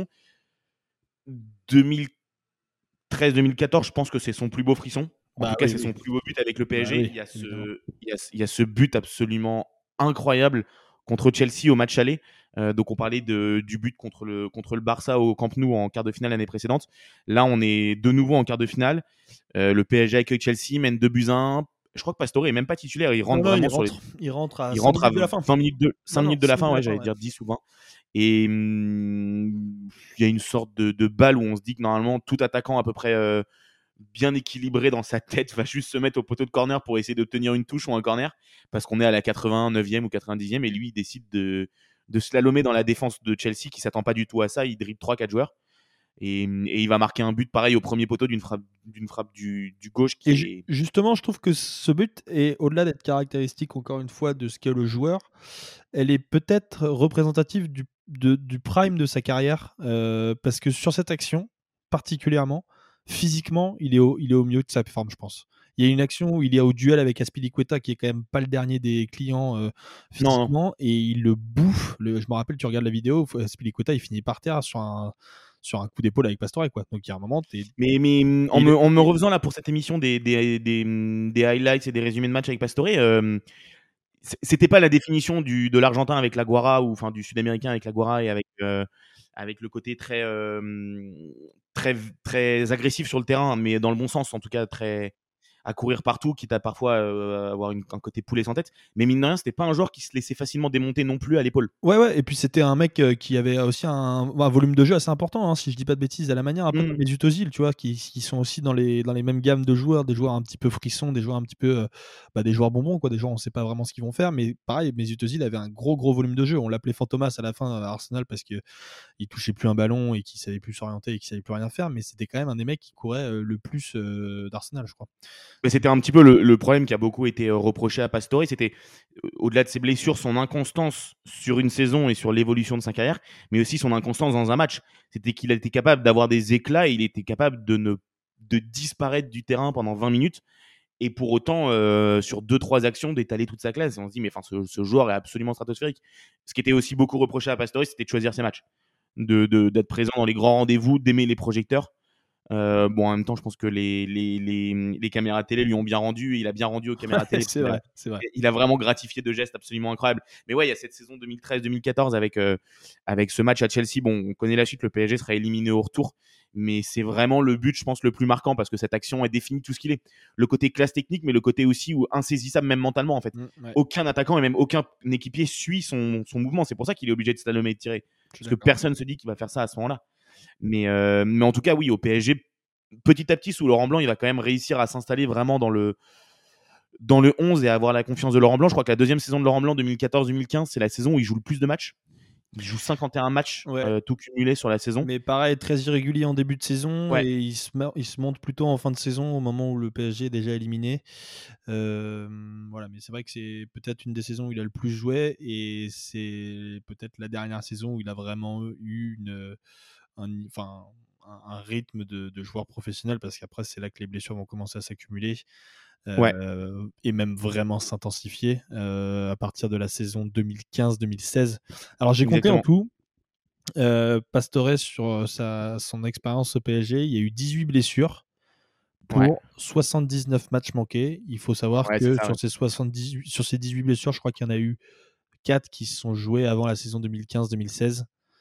2013-2014, je pense que c'est son plus beau frisson. En bah, tout cas, oui, c'est oui. son plus beau but avec le Bah, PSG. oui, évidemment. Il y a ce but absolument incroyable contre Chelsea au match aller. Donc, on parlait du but contre le Barça au Camp Nou en quart de finale l'année précédente. Là, on est de nouveau en quart de finale. Le PSG accueille Chelsea, mène 2-1. Je crois que Pastore est même pas titulaire. Il Non, rentre non, vraiment sur les. il rentre à Il 5 rentre à minutes de la fin. 5 Non, non, minutes de la 6 minutes fin, de la ouais, fin, j'allais ouais. dire 10 ou 20. Et il y a une sorte de balle où on se dit que normalement, tout attaquant à peu près bien équilibré dans sa tête va juste se mettre au poteau de corner pour essayer d'obtenir une touche ou un corner parce qu'on est à la 89e ou 90e et lui il décide de slalomer dans la défense de Chelsea qui s'attend pas du tout à ça, il dribble 3-4 joueurs et il va marquer un but pareil au premier poteau d'une frappe du gauche Et qui est. justement, je trouve que ce but est, au-delà d'être caractéristique, encore une fois, de ce qu'est le joueur, elle est peut-être représentative du prime de sa carrière, parce que sur cette action, particulièrement, physiquement, il est au mieux de sa forme, je pense. Il y a une action où il est au duel avec Azpilicueta, qui est quand même pas le dernier des clients, Non, non. physiquement, et il le bouffe. Je me rappelle, tu regardes la vidéo, Azpilicueta, il finit par terre sur un coup d'épaule avec Pastore, quoi. Donc il y a un moment, Mais et il est en me refaisant là pour cette émission des highlights et des résumés de match avec Pastore, c'était pas la définition de l'Argentin avec la Guara ou enfin du Sud-Américain avec la Guara et avec le côté très très agressif sur le terrain, mais dans le bon sens en tout cas très à courir partout, quitte à parfois avoir un côté poulet sans tête. Mais mine de rien, c'était pas un joueur qui se laissait facilement démonter non plus à l'épaule. Ouais, ouais, et puis c'était un mec qui avait aussi un volume de jeu assez important, hein, si je dis pas de bêtises, à la manière un peu comme Mmh. les Özil, tu vois, qui sont aussi dans les mêmes gammes de joueurs, des joueurs un petit peu frissons, des joueurs un petit peu, des joueurs bonbons, quoi, des joueurs on sait pas vraiment ce qu'ils vont faire, mais pareil, Mesut Özil avait un gros volume de jeu. On l'appelait Fantomas à la fin à Arsenal parce que il touchait plus un ballon et qu'il savait plus s'orienter et qu'il savait plus rien faire, mais c'était quand même un des mecs qui courait le plus d'Arsenal, je crois. Mais c'était un petit peu le problème qui a beaucoup été reproché à Pastore. C'était, au-delà de ses blessures, son inconstance sur une saison et sur l'évolution de sa carrière, mais aussi son inconstance dans un match. C'était qu'il était capable d'avoir des éclats et il était capable de disparaître du terrain pendant 20 minutes et pour autant, sur deux trois actions, d'étaler toute sa classe. Et on se dit, mais enfin, ce joueur est absolument stratosphérique. Ce qui était aussi beaucoup reproché à Pastore, c'était de choisir ses matchs, d'être présent dans les grands rendez-vous, d'aimer les projecteurs. Bon, en même temps, je pense que les caméras télé lui ont bien rendu. Et il a bien rendu aux caméras télé parce C'est vrai, c'est vrai. il a vraiment gratifié de gestes absolument incroyables. Mais ouais, il y a cette saison 2013-2014 avec ce match à Chelsea. Bon, on connaît la suite, le PSG sera éliminé au retour. Mais c'est vraiment le but, je pense, le plus marquant parce que cette action est définie tout ce qu'il est. Le côté classe technique, mais le côté aussi où insaisissable, même mentalement, en fait. Ouais, Aucun attaquant et même aucun équipier suit son mouvement. C'est pour ça qu'il est obligé de slalomer et de tirer. je suis Parce que d'accord. personne se dit qu'il va faire ça à ce moment-là. Mais en tout cas, oui, au PSG, petit à petit, sous Laurent Blanc, il va quand même réussir à s'installer vraiment dans le 11 et à avoir la confiance de Laurent Blanc. Je crois que la deuxième saison de Laurent Blanc, 2014-2015, c'est la saison où il joue le plus de matchs. Il joue 51 matchs, Ouais. tout cumulé sur la saison. Mais pareil, très irrégulier en début de saison Ouais, et il se monte plutôt en fin de saison au moment où le PSG est déjà éliminé. Voilà, mais c'est vrai que c'est peut-être une des saisons où il a le plus joué et c'est peut-être la dernière saison où il a vraiment eu enfin, un rythme de joueur professionnel parce qu'après, c'est là que les blessures vont commencer à s'accumuler ouais, et même vraiment s'intensifier à partir de la saison 2015-2016. Alors, j'ai compté en exactement. tout. Pastore, sur son expérience au PSG, il y a eu 18 blessures Ouais, pour 79 matchs manqués. Il faut savoir ouais, c'est que ça, ouais. sur ces 18 blessures, je crois qu'il y en a eu 4 qui se sont jouées avant la saison 2015-2016.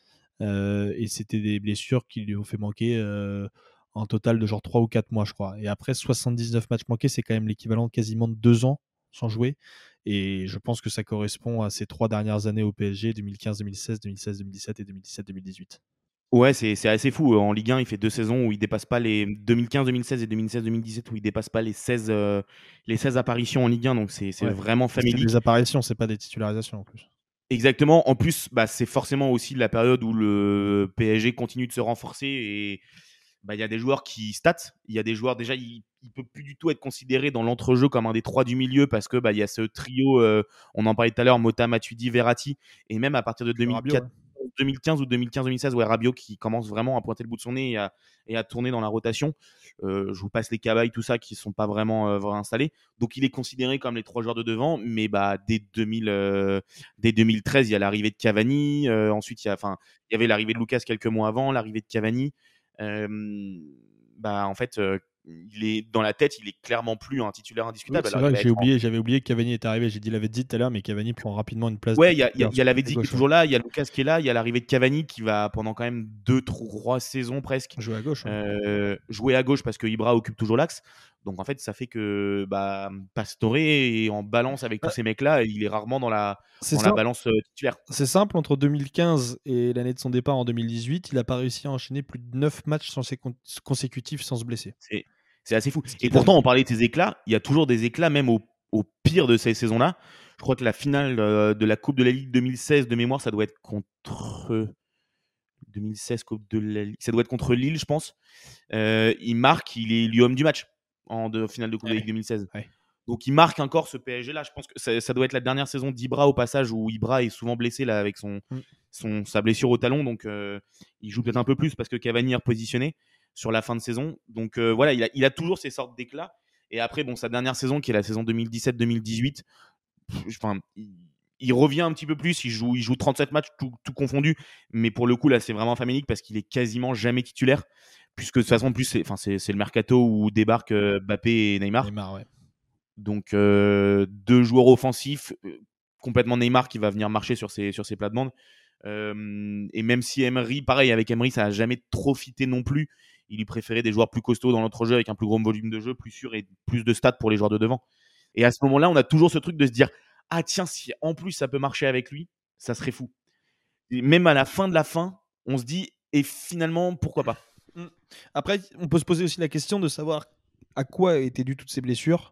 Et c'était des blessures qui lui ont fait manquer un total de genre 3 ou 4 mois, je crois. Et après 79 matchs manqués, c'est quand même l'équivalent de quasiment de 2 ans sans jouer. Et je pense que ça correspond à ces 3 dernières années au PSG, 2015-2016, 2016-2017 et 2017-2018. Ouais, c'est assez fou. En Ligue 1, il fait 2 saisons où il dépasse pas les 2015-2016 et 2016-2017 où il dépasse pas les 16 apparitions en Ligue 1, donc c'est Ouais. vraiment C'est des famélique. apparitions, c'est pas des titularisations en plus. Exactement. En plus, bah, c'est forcément aussi la période où le PSG continue de se renforcer et bah, il y a des joueurs qui statent. Il y a des joueurs, déjà, il peut plus du tout être considéré dans l'entrejeu comme un des trois du milieu parce que bah, il y a ce trio, on en parlait tout à l'heure, Mota, Matuidi, Verratti, et même à partir de Rabiot, ouais. 2015 ou 2015-2016, ouais, Rabiot qui commence vraiment à pointer le bout de son nez et à tourner dans la rotation. Je vous passe les cabailles, tout ça, qui ne sont pas vraiment installés. Donc il est considéré comme les trois joueurs de devant, mais bah, dès 2013, il y a l'arrivée de Cavani. Ensuite, il y avait l'arrivée de Lucas quelques mois avant, l'arrivée de Cavani. Euh, Bah, en fait, il est dans la tête, il est clairement plus un titulaire Oui, indiscutable. c'est Alors, vrai il que va être en. j'avais oublié que Cavani était arrivé. J'ai dit Lavezzi tout à l'heure, mais Cavani prend rapidement une place de Ouais, titulaire il y a sur le côté Lavezzi qui est gauche, ouais. toujours là, il y a Lucas qui est là, il y a l'arrivée de Cavani qui va pendant quand même 2-3 saisons presque Jouer à gauche, ouais. jouer à gauche parce que Ibra occupe toujours l'axe. Donc en fait, ça fait que bah, Pastore est en balance avec tous Bah, ces mecs-là et il est rarement c'est dans la ça. balance titulaire. C'est simple, entre 2015 et l'année de son départ en 2018, il n'a pas réussi à enchaîner plus de 9 matchs consécutifs sans se blesser. C'est c'est assez fou. Ce qui Et est dingue. pourtant, on parlait de ces éclats, il y a toujours des éclats même au pire de ces saisons-là. Je crois que la finale de la Coupe de la Ligue 2016 de mémoire, ça doit être contre 2016 Coupe de la Ligue, ça doit être contre Lille, je pense. Il marque, il est élu homme du match finale de Coupe de la Ligue Ouais, 2016. ouais. Donc il marque encore ce PSG là. Je pense que ça doit être la dernière saison d'Ibra au passage où Ibra est souvent blessé là avec Mm. sa blessure au talon. Donc il joue peut-être un peu plus parce que Cavani est repositionné sur la fin de saison. Donc voilà, il a toujours ces sortes d'éclats. Et après, bon, sa dernière saison qui est la saison 2017-2018, enfin, il revient un petit peu plus. Il joue 37 matchs tout confondu. Mais pour le coup, là, c'est vraiment famélique parce qu'il est quasiment jamais titulaire. Puisque de toute façon, en plus, c'est le mercato où débarquent Mbappé et Neymar. Neymar, ouais. Donc, deux joueurs offensifs, complètement Neymar qui va venir marcher sur ses plates-bandes. Et même si Emery, pareil, avec Emery, ça n'a jamais trop fité non plus. Il lui préférait des joueurs plus costauds dans l'autre jeu avec un plus gros volume de jeu, plus sûr et plus de stats pour les joueurs de devant. Et à ce moment-là, on a toujours ce truc de se dire ah, tiens, si en plus ça peut marcher avec lui, ça serait fou. Et même à la fin de la fin, on se dit et finalement, pourquoi pas. Mm. Après, on peut se poser aussi la question de savoir à quoi étaient dues toutes ces blessures.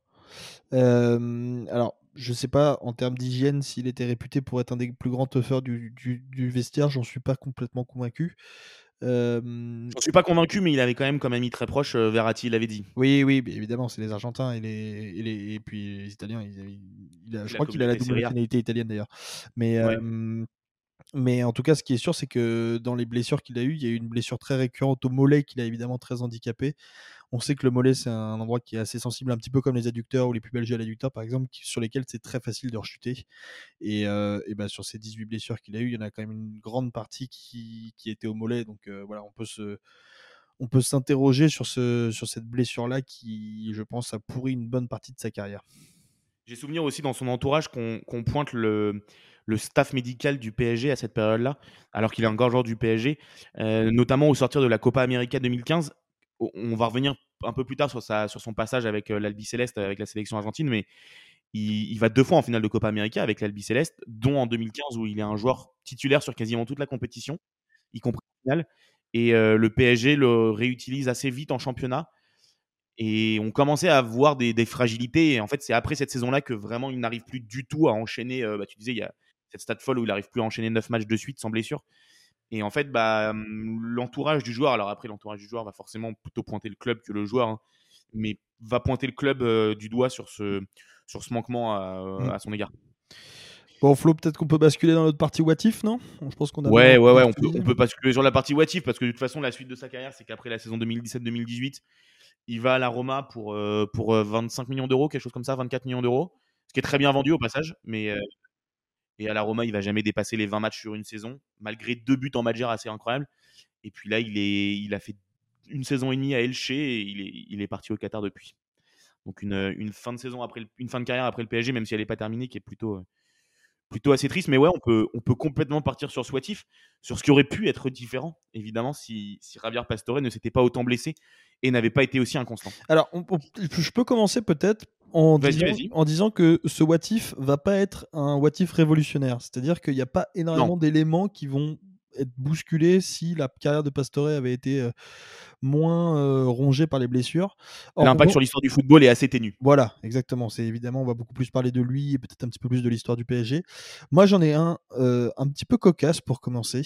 Alors, je sais pas en termes d'hygiène s'il était réputé pour être un des plus grands toughers du vestiaire, j'en suis pas complètement convaincu. J'en suis pas convaincu, mais il avait quand même comme ami très proche Verratti, il l'avait dit. Oui, oui, bien évidemment, c'est les Argentins et puis les Italiens. Je Il a crois qu'il a la communauté double Serie A. nationalité italienne d'ailleurs. Mais, Ouais. mais en tout cas, ce qui est sûr, c'est que dans les blessures qu'il a eues, il y a eu une blessure très récurrente au mollet qui l'a évidemment très handicapé. On sait que le mollet, c'est un endroit qui est assez sensible, un petit peu comme les adducteurs ou les pubalgies à l'adducteur, par exemple, sur lesquels c'est très facile de rechuter. Et bah, sur ces 18 blessures qu'il a eues, il y en a quand même une grande partie qui était au mollet. Donc voilà, on peut s'interroger sur cette blessure-là qui, je pense, a pourri une bonne partie de sa carrière. J'ai souvenir aussi dans son entourage qu'on pointe le staff médical du PSG à cette période-là, alors qu'il est encore joueur du PSG, notamment au sortir de la Copa América 2015. On va revenir un peu plus tard sur son passage avec l'Albi Céleste, avec la sélection argentine, mais il va 2 fois en finale de Copa América avec l'Albi Céleste, dont en 2015 où il est un joueur titulaire sur quasiment toute la compétition, y compris en finale. Et le PSG le réutilise assez vite en championnat. Et on commençait à voir des fragilités. Et en fait, c'est après cette saison-là que vraiment il n'arrive plus du tout à enchaîner. Bah, tu disais, il y a cette stat folle où il n'arrive plus à enchaîner 9 matchs de suite sans blessure. Et en fait, bah, l'entourage du joueur, alors après, l'entourage du joueur va forcément plutôt pointer le club que le joueur, hein, mais va pointer le club du doigt sur ce manquement à son égard. Bon, Flo, peut-être qu'on peut basculer dans notre partie What If, non? Je pense qu'on a bien Ouais, ouais, entendu ouais, ce on que peut, tu on disais. peut basculer sur la partie what if parce que de toute façon, la suite de sa carrière, c'est qu'après la saison 2017-2018, il va à la Roma pour 25 millions d'euros, quelque chose comme ça, 24 millions d'euros, ce qui est très bien vendu au passage. Et à la Roma, il va jamais dépasser les 20 matchs sur une saison, malgré 2 buts en Majeur assez incroyables. Et puis là, il a fait une saison et demie à Elche et il est parti au Qatar depuis. Donc une fin de saison une fin de carrière après le PSG, même si elle n'est pas terminée, qui est plutôt assez triste. Mais ouais, on peut complètement partir sur ce what if, sur ce qui aurait pu être différent, évidemment, si Javier Pastore ne s'était pas autant blessé et n'avait pas été aussi inconstant. Alors, je peux commencer peut-être en Vas-y. disant que ce what if va pas être un what if révolutionnaire. C'est-à-dire qu'il n'y a pas énormément Non, d'éléments qui vont être bousculés si la carrière de Pastore avait été moins rongée par les blessures. En l'impact revanche, sur l'histoire du football est assez ténu. voilà, exactement. C'est évidemment, on va beaucoup plus parler de lui et peut-être un petit peu plus de l'histoire du PSG. Moi, j'en ai un petit peu cocasse pour commencer.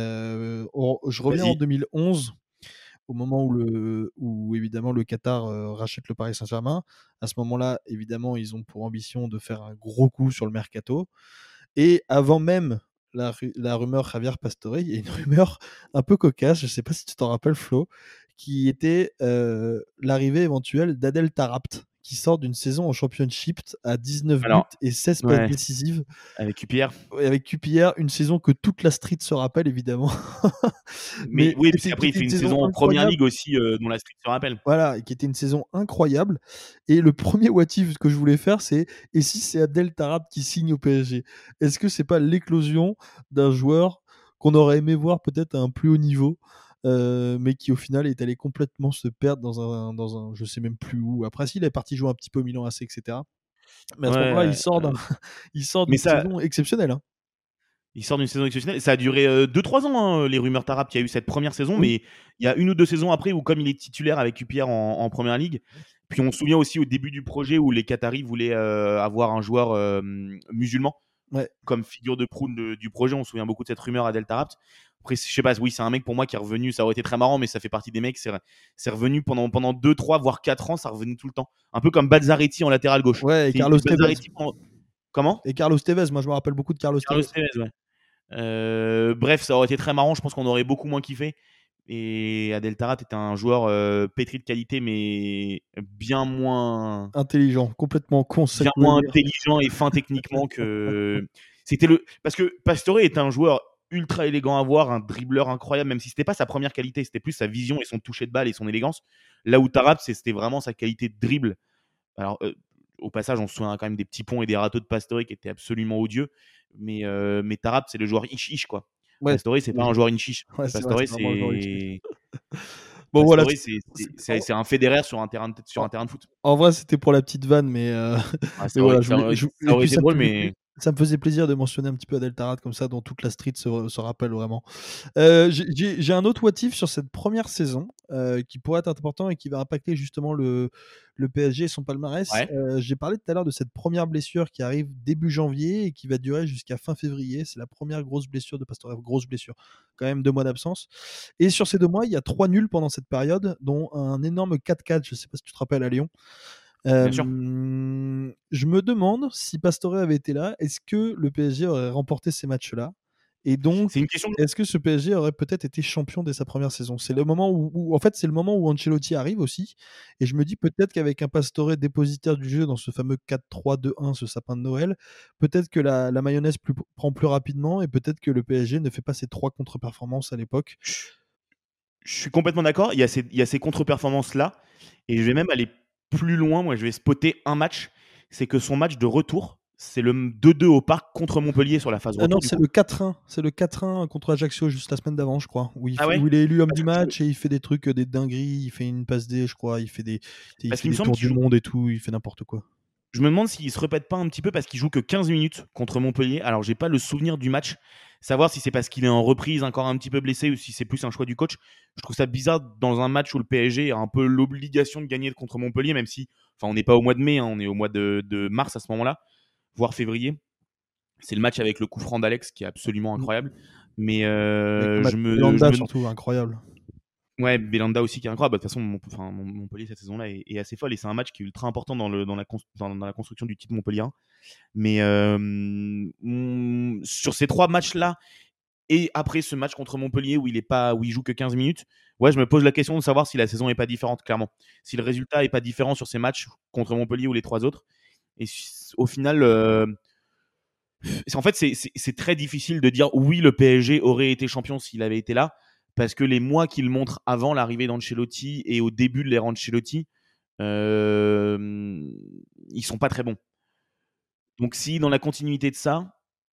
Je reviens en Vas-y. 2011, au moment où évidemment le Qatar rachète le Paris Saint-Germain. À ce moment-là, évidemment, ils ont pour ambition de faire un gros coup sur le mercato. Et avant même la rumeur Javier Pastore, il y a une rumeur un peu cocasse, je ne sais pas si tu t'en rappelles Flo, qui était l'arrivée éventuelle d'Adel Tarabt, qui sort d'une saison en Championship à 19 buts Alors, et 16 passes ouais, décisives. avec QPR. Ouais, avec QPR, une saison que toute la street se rappelle évidemment. Mais Mais oui, qui puisqu'après, il était fait une une saison saison en première incroyable. ligue aussi, dont la street se rappelle. Voilà, et qui était une saison incroyable. Et le premier what if que je voulais faire, c'est et si c'est Abdel Tarab qui signe au PSG? Est-ce que c'est pas l'éclosion d'un joueur qu'on aurait aimé voir peut-être à un plus haut niveau, mais qui au final est allé complètement se perdre dans un je sais même plus où. Après, si, il est parti jouer un petit peu au Milan AC, etc. Mais à ce moment-là, Ouais, il sort mais d'une ça, saison exceptionnelle, hein. il sort d'une saison exceptionnelle. Ça a duré 2-3 ans, hein, les rumeurs Tarap. Il y a eu cette première saison, Oui, mais il y a une ou deux saisons après où, comme il est titulaire avec QPR en première ligue, puis on se souvient aussi au début du projet où les Qataris voulaient avoir un joueur musulman ouais. comme figure de proue du projet. On se souvient beaucoup de cette rumeur Adel Tarabt. Après, je sais pas, oui, c'est un mec pour moi qui est revenu. Ça aurait été très marrant, mais ça fait partie des mecs. C'est revenu pendant 2, 3, voire 4 ans. Ça revenait tout le temps. Un peu comme Bazzaretti en latéral gauche. Ouais, et C'est Carlos Tevez. Bazzaretti Comment Et Carlos Tevez, moi je me rappelle beaucoup de Carlos Carlos Tevez. Tevez, ouais. Bref, ça aurait été très marrant. Je pense qu'on aurait beaucoup moins kiffé. Et Adel Tarat était un joueur pétri de qualité, mais Intelligent, complètement con, c'est ça bien que je voulais moins dire. intelligent et fin techniquement que. Parce que Pastore est un joueur ultra élégant à voir, un dribbleur incroyable, même si c'était pas sa première qualité, c'était plus sa vision et son toucher de balle et son élégance. Là où Tarat, c'était vraiment sa qualité de dribble. Alors, au passage, on se souvient quand même des petits ponts et des râteaux de Pastore qui étaient absolument odieux. Mais Tarap, c'est le joueur ish quoi. Ouais, Pastore, c'est pas un joueur inchiche. ouais, c'est vrai, Pastore, c'est vraiment le genre utile. c'est Bon voilà, c'est un Federer sur un terrain en de foot. en vrai, c'était pour la petite vanne, mais Ah, mais ça aurait, voilà, ça aurait, et ça aurait puis été drôle, mais ça me faisait plaisir de mentionner un petit peu Adel Taarabt comme ça, dont toute la street se rappelle vraiment. J'ai un autre what if sur cette première saison, qui pourrait être important et qui va impacter justement le PSG et son palmarès. ouais. J'ai parlé tout à l'heure de cette première blessure qui arrive début janvier et qui va durer jusqu'à fin février. C'est la première grosse blessure de Pastore, grosse blessure, quand même 2 mois d'absence. Et sur ces 2 mois, il y a 3 nuls pendant cette période, dont un énorme 4-4, je sais pas si tu te rappelles, à Lyon. Bien sûr. Je me demande si Pastore avait été là, est-ce que le PSG aurait remporté ces matchs-là? Et donc, C'est une question. est-ce que ce PSG aurait peut-être été champion dès sa première saison? C'est le moment en fait, c'est le moment où Ancelotti arrive aussi, et je me dis peut-être qu'avec un Pastore dépositaire du jeu dans ce fameux 4-3-2-1, ce sapin de Noël, peut-être que la mayonnaise prend plus rapidement et peut-être que le PSG ne fait pas ces 3 contre-performances à l'époque. Je suis complètement d'accord. Il y a ces contre-performances-là. Et je vais même aller plus loin. Moi, je vais spotter un match. C'est que son match de retour, c'est le 2-2 au parc contre Montpellier sur la phase Non, retour, du c'est coup. le 4-1. C'est le 4-1 contre Ajaccio juste la semaine d'avant, je crois, Ah ouais. où il est élu homme Parce du que match et il fait des trucs, des dingueries. Il fait une passe D, je crois. Il parce fait qu'il me des semble tours qu'il du joue. monde et tout. Il fait n'importe quoi. Je me demande s'il se répète pas un petit peu parce qu'il joue que 15 minutes contre Montpellier. Alors, j'ai pas le souvenir du match. Savoir si c'est parce qu'il est en reprise, encore un petit peu blessé, ou si c'est plus un choix du coach. Je trouve ça bizarre dans un match où le PSG a un peu l'obligation de gagner contre Montpellier, même si, enfin, on n'est pas au mois de mai, hein, on est au mois de mars à ce moment-là, voire février. C'est le match avec le coup franc d'Alex qui est absolument Mmh. incroyable. Mais Avec le match je Belhanda me surtout, incroyable. Ouais, Belanda aussi qui est incroyable. De toute façon, Montpellier cette saison-là est assez folle et c'est un match qui est ultra important dans la construction du titre Montpellier. Mais sur ces 3 matchs-là et après ce match contre Montpellier où il joue que 15 minutes, ouais, je me pose la question de savoir si la saison est pas différente, clairement. Si le résultat est pas différent sur ces matchs contre Montpellier ou les 3 autres. Et au final, en fait, c'est très difficile de dire oui, le PSG aurait été champion s'il avait été là, parce que les mois qu'il montre avant l'arrivée d'Ancelotti et au début de l'ère Ancelotti, ils sont pas très bons. Donc si dans la continuité de ça,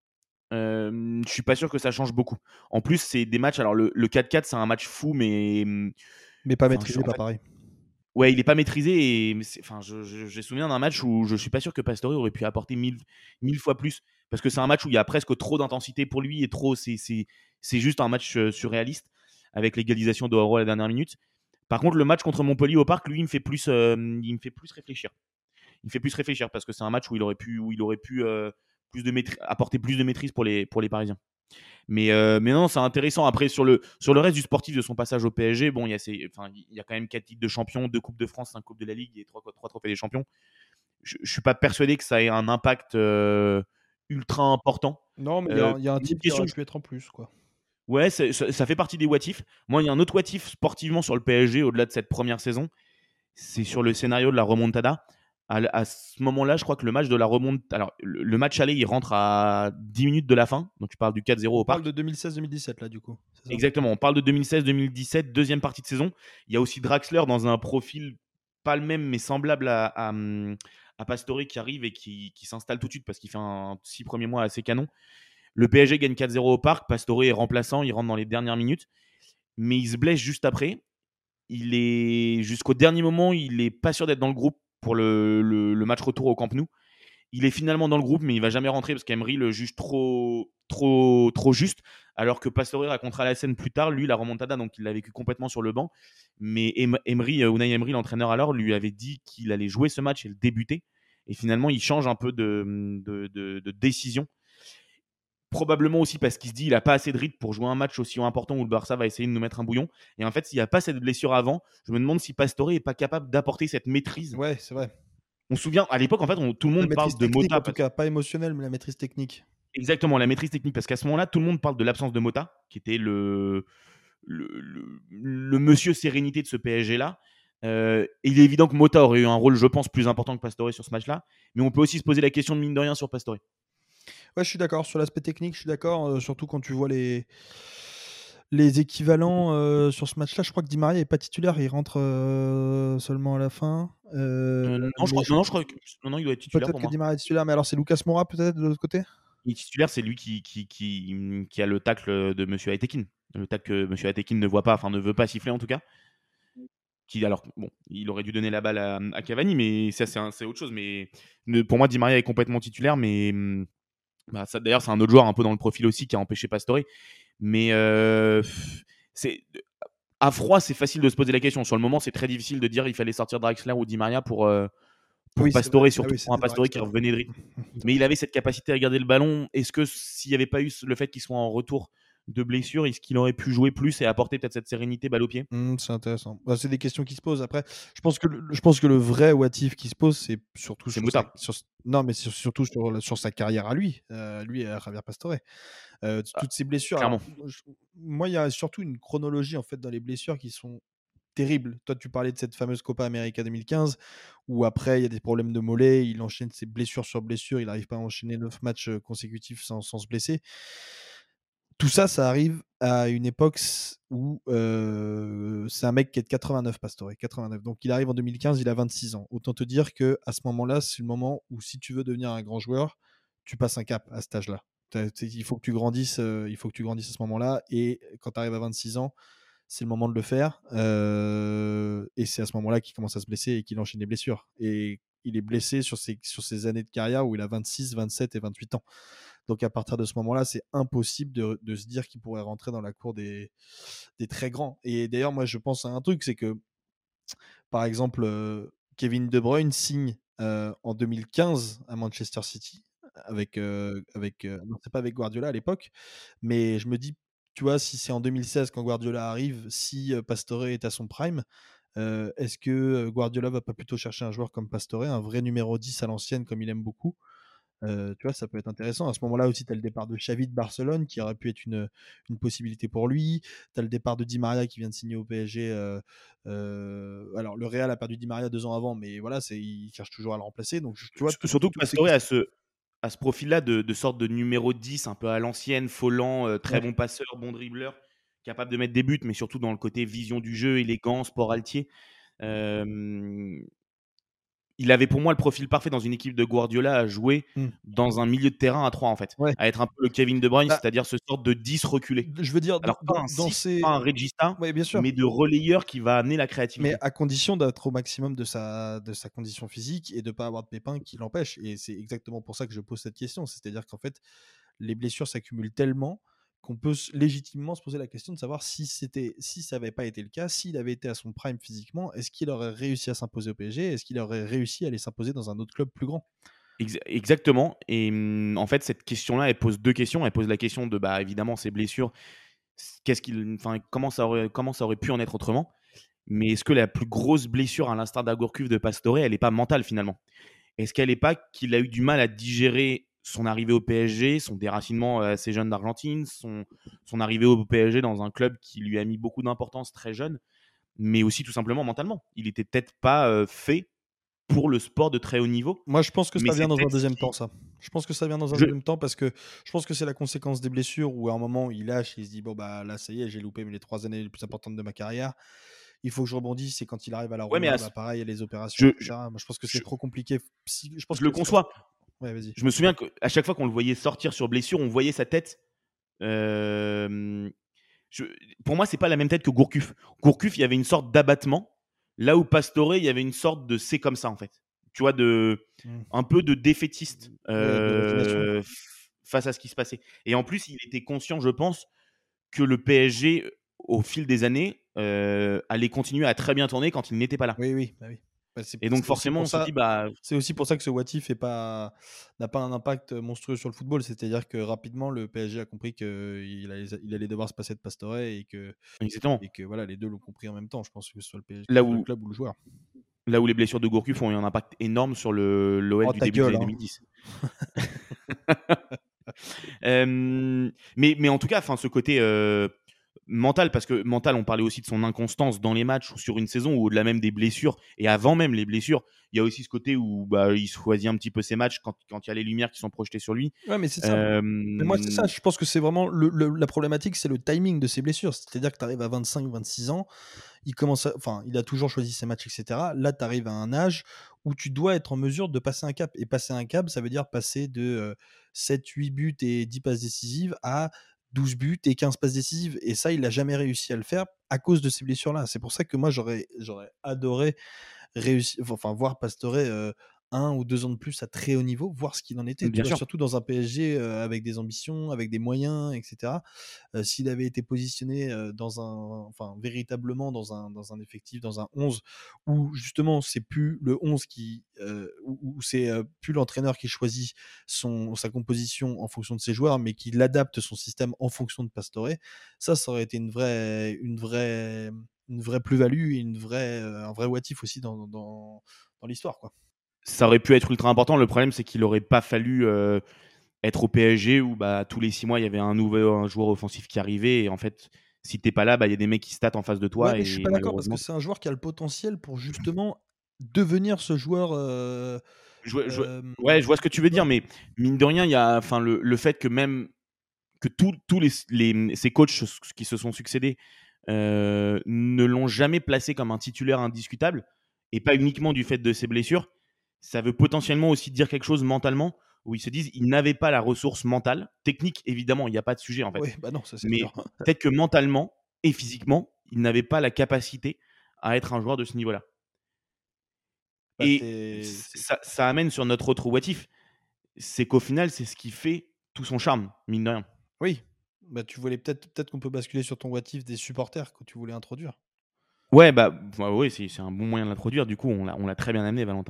je suis pas sûr que ça change beaucoup. En plus, c'est des matchs. Alors le 4-4, c'est un match fou, mais Mais pas enfin, maîtrisé, en pas fait, pareil. ouais, il est pas maîtrisé. Et enfin, j'ai souvenir d'un match où je suis pas sûr que Pastore aurait pu apporter mille fois plus, parce que c'est un match où il y a presque trop d'intensité pour lui et trop. C'est juste un match surréaliste avec l'égalisation de Oro à la dernière minute. Par contre, le match contre Montpellier au Parc, lui, il me fait plus réfléchir. Il me fait plus réfléchir parce que c'est un match où il aurait pu apporter plus de maîtrise pour les Parisiens. Mais non, c'est intéressant. Après, sur le reste du sportif de son passage au PSG, bon, il y a quand même 4 titres de champion, 2 Coupes de France, 5 Coupes de la Ligue et 3 trophées des champions. Je ne suis pas persuadé que ça ait un impact ultra important. Non, mais il y a un Une autre titre qui question, aurait pu être en plus, quoi. ouais, ça fait partie des what if. Moi, il y a un autre what if sportivement sur le PSG au-delà de cette première saison, c'est sur le scénario de la remontada. À ce moment-là, je crois que le match de la remontada. Alors, le match aller, il rentre à 10 minutes de la fin. Donc, tu parles du 4-0 On au parle de Parc. 2016-2017 là, du coup. C'est ça? Exactement. On parle de 2016-2017, deuxième partie de saison. Il y a aussi Draxler dans un profil pas le même, mais semblable à Pastore qui arrive et qui s'installe tout de suite parce qu'il fait un 6 premiers mois assez canon. Le PSG gagne 4-0 au Parc. Pastore est remplaçant. Il rentre dans les dernières minutes. Mais il se blesse juste après. Il est jusqu'au dernier moment, il est pas sûr d'être dans le groupe pour le match retour au Camp Nou. Il est finalement dans le groupe, mais il va jamais rentrer parce qu'Emery le juge trop juste. Alors que Pastore racontera la scène plus tard, lui la remontada, donc il l'a vécu complètement sur le banc. Mais Unai Emery, l'entraîneur alors, lui avait dit qu'il allait jouer ce match et le débuter. Et finalement, il change un peu de décision. Probablement aussi parce qu'il se dit qu'il n'a pas assez de rythme pour jouer un match aussi important où le Barça va essayer de nous mettre un bouillon. Et en fait, s'il n'y a pas cette blessure avant, je me demande si Pastore n'est pas capable d'apporter cette maîtrise. Ouais, c'est vrai. On se souvient, à l'époque, en fait, tout le La monde maîtrise parle de technique, Mota. en tout cas, pas émotionnelle, mais la maîtrise technique. Exactement, la maîtrise technique. Parce qu'à ce moment-là, tout le monde parle de l'absence de Mota, qui était le monsieur sérénité de ce PSG-là. Il est évident que Mota aurait eu un rôle, je pense, plus important que Pastore sur ce match-là. Mais on peut aussi se poser la question de mine de rien sur Pastore. Ouais, je suis d'accord. Sur l'aspect technique, je suis d'accord. Surtout quand tu vois les équivalents sur ce match-là. Je crois que Di Maria n'est pas titulaire. Il rentre seulement à la fin. Mais Non, je crois que non, il doit être titulaire peut-être pour que Di moi. Maria est titulaire. Mais alors, c'est Lucas Moura, peut-être, de l'autre côté? Il est titulaire, c'est lui qui a le tacle de Monsieur Aitekin. Le tacle que Monsieur Aitekin ne voit pas, enfin ne veut pas siffler en tout cas. Alors, bon, il aurait dû donner la balle à Cavani, mais ça, c'est autre chose. Mais pour moi, Di Maria est complètement titulaire, mais bah, ça, d'ailleurs, c'est un autre joueur un peu dans le profil aussi qui a empêché Pastore. Mais c'est à froid, c'est facile de se poser la question. Sur le moment, c'est très difficile de dire qu'il fallait sortir Draxler ou Di Maria pour Oui, c'est vrai. Pastore, Ah surtout oui, pour un c'était Pastore qui Draxler. revenait de rythme. Mais il avait cette capacité à garder le ballon. Est-ce que s'il n'y avait pas eu le fait qu'il soit en retour de blessure, est-ce qu'il aurait pu jouer plus et apporter peut-être cette sérénité balle au pied? C'est intéressant. Bah, c'est des questions qui se posent. Après, je pense que le vrai what if qui se pose, c'est surtout C'est sur sa Mota. non, mais surtout sur sa carrière à lui, lui, à Javier Pastore. Ah, Toutes ces blessures. Alors, clairement. moi, il y a surtout une chronologie, en fait, dans les blessures qui sont terribles. Toi, tu parlais de cette fameuse Copa América 2015 où après, il y a des problèmes de mollet, il enchaîne ses blessures sur blessures, il n'arrive pas à enchaîner 9 matchs, consécutifs sans se blesser. Tout ça, ça arrive à une époque où c'est un mec qui est de 89, Pastore, 89. Donc il arrive en 2015, il a 26 ans. Autant te dire que à ce moment-là, c'est le moment où si tu veux devenir un grand joueur, tu passes un cap à cet âge-là. Il faut que tu grandisses, il faut que tu grandisses à ce moment-là. Et quand tu arrives à 26 ans, c'est le moment de le faire. Et c'est à ce moment-là qu'il commence à se blesser et qu'il enchaîne les blessures. Et il est blessé sur ses années de carrière où il a 26, 27 et 28 ans. Donc à partir de ce moment-là, c'est impossible de se dire qu'il pourrait rentrer dans la cour des très grands. Et d'ailleurs, moi, je pense à un truc, c'est que, par exemple, Kevin De Bruyne signe en 2015 à Manchester City non, c'est pas avec Guardiola à l'époque, mais je me dis, tu vois, si c'est en 2016 quand Guardiola arrive, si Pastore est à son prime, est-ce que Guardiola va pas plutôt chercher un joueur comme Pastore, un vrai numéro 10 à l'ancienne comme il aime beaucoup? Tu vois, ça peut être intéressant. À ce moment-là aussi, tu as le départ de Xavi de Barcelone qui aurait pu être une possibilité pour lui. Tu as le départ de Di Maria qui vient de signer au PSG. Alors, le Real a perdu Di Maria 2 ans avant, mais voilà, il cherche toujours à le remplacer. Donc, tu vois, Surtout que toutes ces Pastore questions. a ce profil-là de sorte de numéro 10, un peu à l'ancienne, Folland, très Ouais. bon passeur, bon dribbleur, capable de mettre des buts, mais surtout dans le côté vision du jeu, élégance, sport altier. Euh, il avait pour moi le profil parfait dans une équipe de Guardiola à jouer Mmh. dans un milieu de terrain à 3 en fait, Ouais. à être un peu le Kevin De Bruyne, Bah, c'est-à-dire ce sorte de 10 reculé. je veux dire Alors pas un dans 6, ces pas un Regista, ouais, bien sûr, mais de relayeur qui va amener la mais créativité. à condition d'être au maximum de sa condition physique et de pas avoir de pépins qui l'empêchent et c'est exactement pour ça que je pose cette question. C'est-à-dire qu'en fait, les blessures s'accumulent tellement qu'on peut légitimement se poser la question de savoir si ça n'avait pas été le cas, s'il avait été à son prime physiquement, est-ce qu'il aurait réussi à s'imposer au PSG? Est-ce qu'il aurait réussi à aller s'imposer dans un autre club plus grand? Exactement. Et en fait, cette question-là, elle pose deux questions. Elle pose la question de, bah, évidemment, ces blessures. Enfin, comment ça aurait pu en être autrement. Mais est-ce que la plus grosse blessure, à l'instar d'Agourcuff de Pastore, elle n'est pas mentale finalement? Est-ce qu'elle n'est pas qu'il a eu du mal à digérer son arrivée au PSG, son déracinement assez jeune d'Argentine, son arrivée au PSG dans un club qui lui a mis beaucoup d'importance très jeune, mais aussi tout simplement mentalement. Il était peut-être pas fait pour le sport de très haut niveau, Moi, je pense que mais ça c'est vient dans un peut-être ce deuxième temps, qui. ça. Je pense que ça vient dans un Je... deuxième temps parce que je pense que c'est la conséquence des blessures où à un moment il lâche, il se dit bon bah là ça y est, j'ai loupé les 3 années les plus importantes de ma carrière. Il faut que je rebondisse. Et quand il arrive à la Ouais, mais relève, bah pareil, il y a les opérations, je, je, etc. Moi, je pense que c'est je, trop compliqué. Je pense je le que conçois. ouais, vas-y. Je me souviens qu'à chaque fois qu'on le voyait sortir sur blessure, on voyait sa tête. euh, je- pour moi, c'est pas la même tête que Gourcuff. Gourcuff, il y avait une sorte d'abattement, là où Pastore, il y avait une sorte de c'est comme ça en fait. Tu vois, Mm. un peu de défaitiste Ouais, de résignation. face à ce qui se passait. Et en plus, il était conscient, je pense, que le PSG, au fil des années, allait continuer à très bien tourner quand il n'était pas là. Oui, oui, bah oui. Bah, Et donc c'est aussi forcément, pour on se dit, ça. bah C'est aussi pour ça que ce what if n'a pas un impact monstrueux sur le football. C'est-à-dire que rapidement, le PSG a compris qu'il allait devoir se passer de Pastore exactement. et que voilà, les deux l'ont compris en même temps. Je pense que ce soit que Là ce soit le où, club ou le joueur. là où les blessures de Gourcuff ont eu un impact énorme sur l'OL Oh, du ta début des gueule, années hein. 2010. Mais en tout cas, ce côté mental, parce que mental, on parlait aussi de son inconstance dans les matchs ou sur une saison ou au-delà même des blessures et avant même les blessures, il y a aussi ce côté où bah, il choisit un petit peu ses matchs quand il y a les lumières qui sont projetées sur lui. Ouais, mais c'est ça. Euh, Mais moi, c'est ça. Je pense que c'est vraiment la problématique, c'est le timing de ses blessures. C'est-à-dire que tu arrives à 25, 26 ans, il a toujours choisi ses matchs, etc. Là, tu arrives à un âge où tu dois être en mesure de passer un cap. Et passer un cap, ça veut dire passer de 7, 8 buts et 10 passes décisives à 12 buts et 15 passes décisives. Et ça, il n'a jamais réussi à le faire à cause de ces blessures-là. C'est pour ça que moi, j'aurais adoré voir Pastore 1 ou 2 ans de plus à très haut niveau, voir ce qu'il en était, tu Bien vois? sûr. Surtout dans un PSG, avec des ambitions, avec des moyens et cetera. S'il avait été positionné, véritablement dans un effectif, dans un 11 où justement c'est plus le 11 où c'est, plus l'entraîneur qui choisit sa composition en fonction de ses joueurs, mais qui adapte son système en fonction de Pastore, ça aurait été une vraie plus-value et un vrai what if aussi dans l'histoire, quoi. Ça aurait pu être ultra important. Le problème, c'est qu'il n'aurait pas fallu être au PSG où bah, tous les 6 mois, il y avait un joueur offensif qui arrivait. Et en fait, si t'es pas là, bah, il y a des mecs qui se tâtent en face de Ouais, toi. mais je suis Et pas d'accord parce que malheureusement, c'est un joueur qui a le potentiel pour justement devenir ce joueur, ouais, je vois ce que tu tu veux vois? dire. Mais mine de rien, il y a le fait que même que tous ces coachs qui se sont succédés ne l'ont jamais placé comme un titulaire indiscutable, et pas uniquement du fait de ses blessures. Ça veut potentiellement aussi dire quelque chose mentalement, où ils se disent ils n'avaient pas la ressource mentale. Technique, évidemment, il n'y a pas de sujet en fait. Oui, bah non, ça c'est Mais sûr. peut-être que mentalement et physiquement, ils n'avaient pas la capacité à être un joueur de ce niveau-là. Bah, Et ça amène sur notre autre what if, c'est qu'au final, c'est ce qui fait tout son charme, mine de rien. oui, bah, tu voulais peut-être qu'on peut basculer sur ton what if des supporters que tu voulais introduire. Ouais, bah, ouais, c'est un bon moyen de l'introduire. Du coup, on l'a très bien amené, Valentin.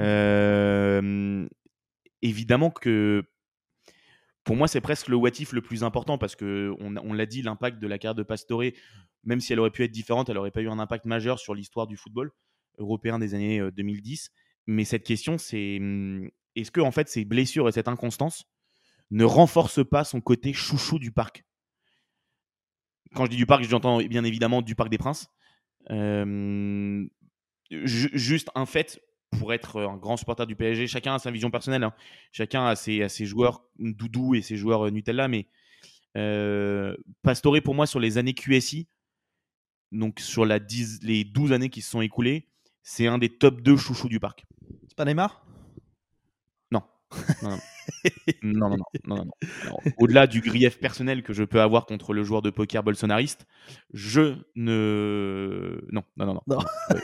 Évidemment que pour moi, c'est presque le what if le plus important parce que on l'a dit, l'impact de la carrière de Pastore, même si elle aurait pu être différente, elle n'aurait pas eu un impact majeur sur l'histoire du football européen des années 2010. Mais cette question, c'est est-ce que en fait ces blessures et cette inconstance ne renforcent pas son côté chouchou du parc? Quand je dis du parc, j'entends bien évidemment du Parc des Princes. Euh, Juste un fait, pour être un grand supporter du PSG, chacun a sa vision personnelle, hein. Chacun a ses joueurs doudou et ses joueurs Nutella, mais Pastore, pour moi, sur les années QSI, donc sur les 12 années qui se sont écoulées, c'est un des top 2 chouchous du parc. C'est pas Neymar? Non. Non, non. Non, non, non, non, non, non. Alors, au-delà du grief personnel que je peux avoir contre le joueur de poker bolsonariste, je ne. Non, non, non, non. Non. non.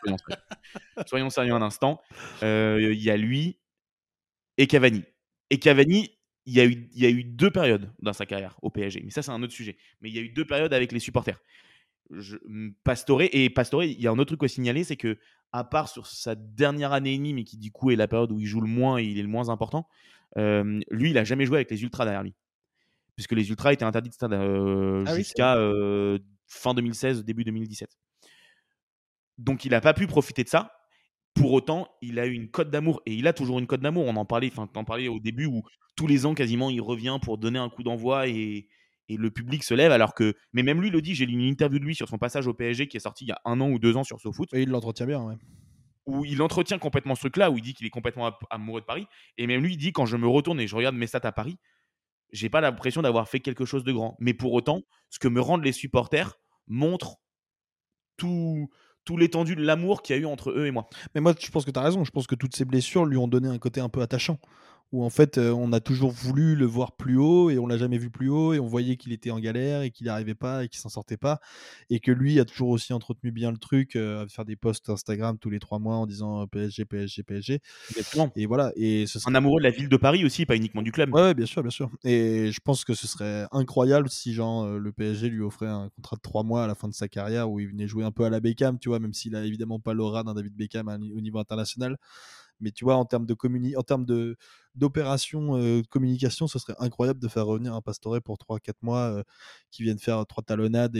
Soyons sérieux un instant. Il y a lui et Cavani. Et Cavani, il y a eu 2 périodes dans sa carrière au PSG. Mais ça, c'est un autre sujet. Mais il y a eu 2 périodes avec les supporters. Pastore, il y a un autre truc à signaler, c'est que à part sur sa dernière année et demie, mais qui du coup est la période où il joue le moins et il est le moins important, lui, il a jamais joué avec les ultras derrière lui, puisque les ultras étaient interdits de stade Ah oui, jusqu'à fin 2016, début 2017. Donc il n'a pas pu profiter de ça. Pour autant, il a eu une cote d'amour et il a toujours une cote d'amour. On en parlait, enfin, t'en parlais au début où tous les ans quasiment il revient pour donner un coup d'envoi et le public se lève alors que. Mais même lui le dit. J'ai lu une interview de lui sur son passage au PSG qui est sorti il y a 1 an ou 2 ans sur SoFoot et il l'entretient bien, ouais. où il entretient complètement ce truc-là où il dit qu'il est complètement amoureux de Paris et même lui il dit quand je me retourne et je regarde mes stats à Paris, j'ai pas l'impression d'avoir fait quelque chose de grand. Mais pour autant, ce que me rendent les supporters montre tout l'étendue de l'amour qu'il y a eu entre eux et moi. Mais moi, je pense que tu as raison. Je pense que toutes ces blessures lui ont donné un côté un peu attachant. Où en fait, on a toujours voulu le voir plus haut et on l'a jamais vu plus haut et on voyait qu'il était en galère et qu'il n'y arrivait pas et qu'il s'en sortait pas et que lui a toujours aussi entretenu bien le truc, à faire des posts Instagram tous les 3 mois en disant, PSG, PSG, PSG Exactement. et voilà et ce Un serait amoureux de la ville de Paris aussi, pas uniquement du club. ouais, ouais, bien sûr, bien sûr et je pense que ce serait incroyable si genre, le PSG lui offrait un contrat de 3 mois à la fin de sa carrière où il venait jouer un peu à la Beckham, tu vois? Même s'il a évidemment pas l'aura d'un David Beckham au niveau international. Mais tu vois, en termes d'opération, de communication, ce serait incroyable de faire revenir un Pastore pour 3-4 mois, qui vienne faire 3 talonnades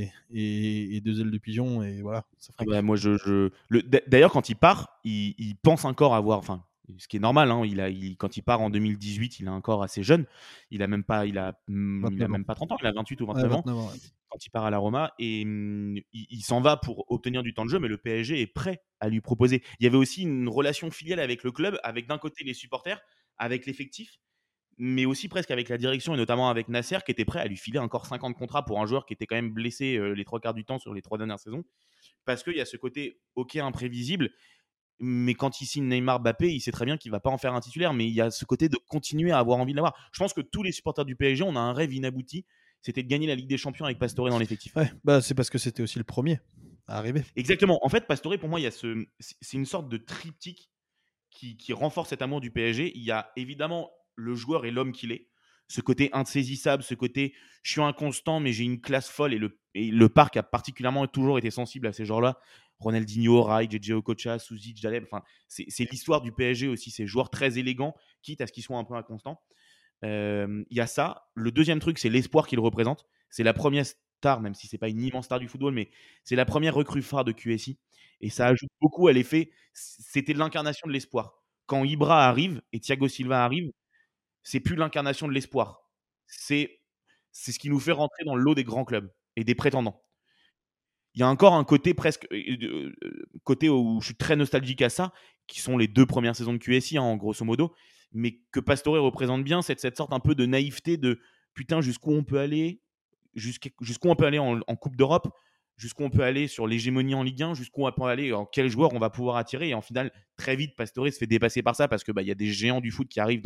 et 2 ailes de pigeon et voilà, ça Ah ferait bah, moi, d'ailleurs, quand il part, il pense encore avoir. Enfin, ce qui est normal, hein, quand il part en 2018, il est encore assez jeune. Il a même pas, il a 29 ans. même pas 30 ans, il a 28 ou Ouais, 29 ans 29 ans, ouais. quand il part à la Roma et il s'en va pour obtenir du temps de jeu, mais le PSG est prêt à lui proposer. Il y avait aussi une relation filiale avec le club, avec d'un côté les supporters, avec l'effectif, mais aussi presque avec la direction et notamment avec Nasser qui était prêt à lui filer encore 50 contrats pour un joueur qui était quand même blessé les 3 quarts du temps sur les 3 dernières saisons. Parce qu'il y a ce côté ok imprévisible, mais quand il signe Neymar, Mbappé, il sait très bien qu'il va pas en faire un titulaire, mais il y a ce côté de continuer à avoir envie de l'avoir. Je pense que tous les supporters du PSG, on a un rêve inabouti, c'était de gagner la Ligue des Champions avec Pastore dans l'effectif. Ouais, bah, c'est parce que c'était aussi le premier à arriver. Exactement. En fait, Pastore, pour moi, c'est une sorte de triptyque qui renforce cet amour du PSG. Il y a évidemment le joueur et l'homme qu'il est. Ce côté insaisissable, ce côté je suis inconstant, mais j'ai une classe folle. Et le parc a particulièrement toujours été sensible à ces joueurs-là. Ronaldinho, Rai, JJ Okocha, Souzic, Jaleb. Enfin, c'est l'histoire du PSG aussi. Ces joueurs très élégants, quitte à ce qu'ils soient un peu inconstants. Il y a ça. Le deuxième truc, c'est l'espoir qu'il représente. C'est la première star, même si c'est pas une immense star du football, mais c'est la première recrue phare de QSI. Et ça ajoute beaucoup à l'effet. C'était l'incarnation de l'espoir. Quand Ibra arrive et Thiago Silva arrive, c'est plus l'incarnation de l'espoir. C'est ce qui nous fait rentrer dans le lot des grands clubs et des prétendants. Il y a encore un côté presque côté où je suis très nostalgique à ça, qui sont les 2 premières saisons de QSI, hein, en grosso modo, mais que Pastore représente bien, cette sorte un peu de naïveté de putain jusqu'où on peut aller, jusqu'où on peut aller en Coupe d'Europe, jusqu'où on peut aller sur l'hégémonie en Ligue 1, jusqu'où on peut aller, en quel joueur on va pouvoir attirer. Et en final, très vite, Pastore se fait dépasser par ça parce que bah, y a des géants du foot qui arrivent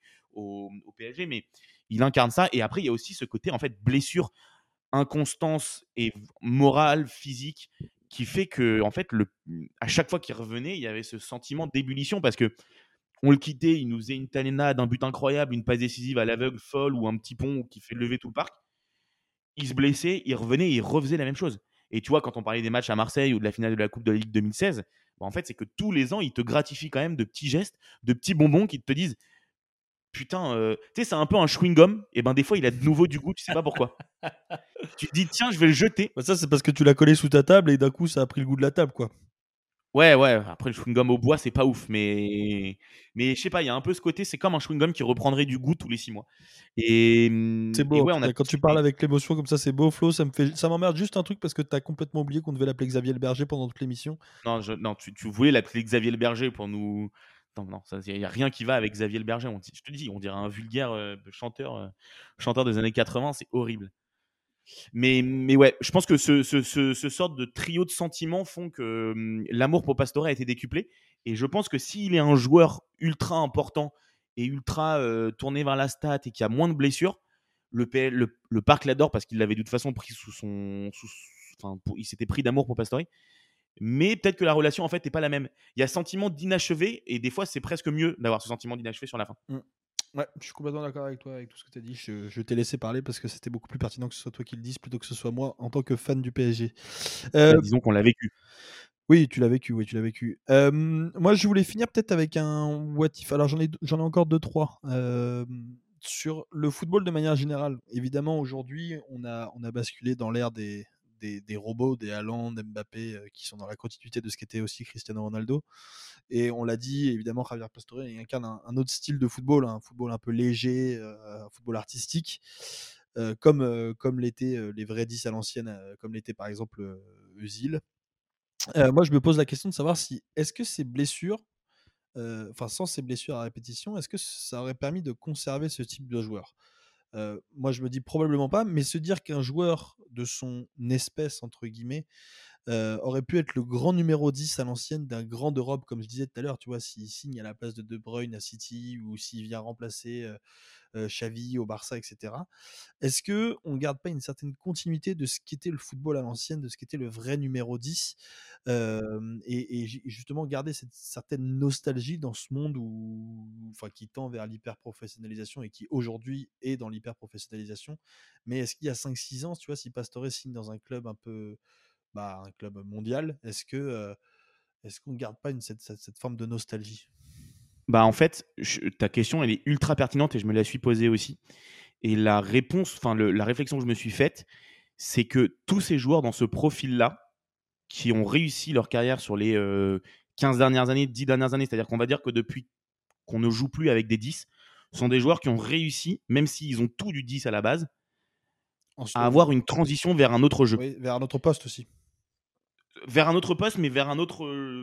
au PSG, mais il incarne ça. Et après, il y a aussi ce côté en fait blessure, inconstance et morale, physique, qui fait que en fait, à chaque fois qu'il revenait, il y avait ce sentiment d'ébullition parce que on le quittait, il nous faisait une talonnade, un but incroyable, une passe décisive à l'aveugle folle ou un petit pont qui fait lever tout le parc. Il se blessait, il revenait et il refaisait la même chose. Et tu vois, quand on parlait des matchs à Marseille ou de la finale de la Coupe de la Ligue 2016, bah en fait, c'est que tous les ans, il te gratifie quand même de petits gestes, de petits bonbons qui te disent putain, tu sais, c'est un peu un chewing-gum, et ben des fois, il a de nouveau du goût, tu sais pas pourquoi. Tu te dis, tiens, je vais le jeter. Bah, ça, c'est parce que tu l'as collé sous ta table et d'un coup, ça a pris le goût de la table, quoi. Ouais, ouais, après le chewing-gum au bois, c'est pas ouf, mais je sais pas, il y a un peu ce côté, c'est comme un chewing-gum qui reprendrait du goût tous les 6 mois. Et, C'est et beau, en ouais, tout on a cas. Quand tous tu été. parles avec l'émotion comme ça, c'est beau, Flo. Ça m'emmerde juste un truc parce que t'as complètement oublié qu'on devait l'appeler Xavier Le Berger pendant toute l'émission. Non, tu voulais l'appeler Xavier Le Berger attends, non, il n'y a rien qui va avec Xavier Le Berger. Je te dis, on dirait un vulgaire chanteur des années 80, c'est horrible. Mais ouais, je pense que ce sorte de trio de sentiments font que l'amour pour Pastore a été décuplé. Et je pense que s'il est un joueur ultra important et ultra tourné vers la stat et qui a moins de blessures, le Parc l'adore parce qu'il l'avait de toute façon pris il s'était pris d'amour pour Pastore. Mais peut-être que la relation en fait n'est pas la même. Il y a sentiment d'inachevé et des fois c'est presque mieux d'avoir ce sentiment d'inachevé sur la fin. Ouais, je suis complètement d'accord avec toi, avec tout ce que tu as dit. Je t'ai laissé parler parce que c'était beaucoup plus pertinent que ce soit toi qui le dises plutôt que ce soit moi en tant que fan du PSG. Disons qu'on l'a vécu. Oui, tu l'as vécu, oui, tu l'as vécu. Moi, je voulais finir peut-être avec un what if. Alors, j'en ai encore 2-3. Sur le football de manière générale. Évidemment, aujourd'hui, on a basculé dans l'ère des robots, des Haaland, Mbappé, qui sont dans la continuité de ce qu'était aussi Cristiano Ronaldo. Et on l'a dit, évidemment, Javier Pastore, il incarne un autre style de football, un football un peu léger, un football artistique, comme l'étaient les vrais 10 à l'ancienne, comme l'était par exemple Özil. Moi, je me pose la question de savoir si, est-ce que ces blessures, enfin sans ces blessures à répétition, est-ce que ça aurait permis de conserver ce type de joueur? Moi, je me dis probablement pas, mais se dire qu'un joueur de son «espèce» entre guillemets, aurait pu être le grand numéro 10 à l'ancienne d'un grand d'Europe, comme je disais tout à l'heure, tu vois? S'il signe à la place de De Bruyne à City ou s'il vient remplacer, Xavi au Barça et cetera. Est-ce qu'on ne garde pas une certaine continuité de ce qu'était le football à l'ancienne, de ce qu'était le vrai numéro 10, et justement garder cette certaine nostalgie dans ce monde enfin, qui tend vers l'hyper-professionnalisation et qui aujourd'hui est dans l'hyper-professionnalisation. Mais est-ce qu'il y a 5-6 ans, tu vois, si Pastore signe dans un club un peu, un club mondial, est-ce qu'on ne garde pas cette forme de nostalgie? Bah en fait, ta question elle est ultra pertinente et je me la suis posée aussi. Et la réponse, enfin la réflexion que je me suis faite, c'est que tous ces joueurs dans ce profil-là, qui ont réussi leur carrière sur les 15 dernières années, 10 dernières années, c'est-à-dire qu'on va dire que depuis qu'on ne joue plus avec des 10, sont des joueurs qui ont réussi, même s'ils ont tout du 10 à la base, à avoir une transition vers un autre jeu. Oui, vers un autre poste aussi. Vers un autre poste, mais vers un autre,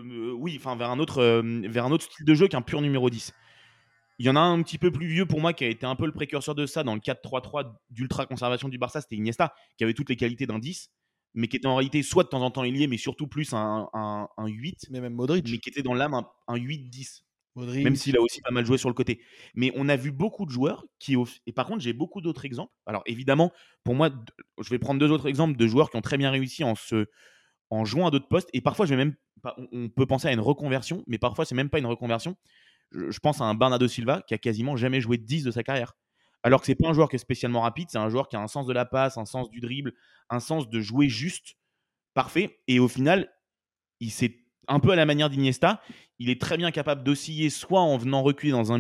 vers un autre style de jeu qu'un pur numéro 10. Il y en a un petit peu plus vieux pour moi qui a été un peu le précurseur de ça dans le 4-3-3 d'ultra conservation du Barça, c'était Iniesta, qui avait toutes les qualités d'un 10, mais qui était en réalité soit de temps en temps ailier, mais surtout plus un 8, Mais même mais Modric. qui était dans l'âme un 8-10, même s'il Modric. a aussi pas mal joué sur le côté. Mais on a vu beaucoup de joueurs qui, et par contre, j'ai beaucoup d'autres exemples. Alors évidemment, pour moi, je vais prendre 2 autres exemples de joueurs qui ont très bien réussi en jouant à d'autres postes. Et parfois, on peut penser à une reconversion, mais parfois, c'est même pas une reconversion. Je pense à un Bernardo Silva qui a quasiment jamais joué de 10 de sa carrière. Alors que c'est pas un joueur qui est spécialement rapide, c'est un joueur qui a un sens de la passe, un sens du dribble, un sens de jouer juste, parfait. Et au final, il s'est un peu à la manière d'Iniesta, il est très bien capable d'osciller soit en venant reculer dans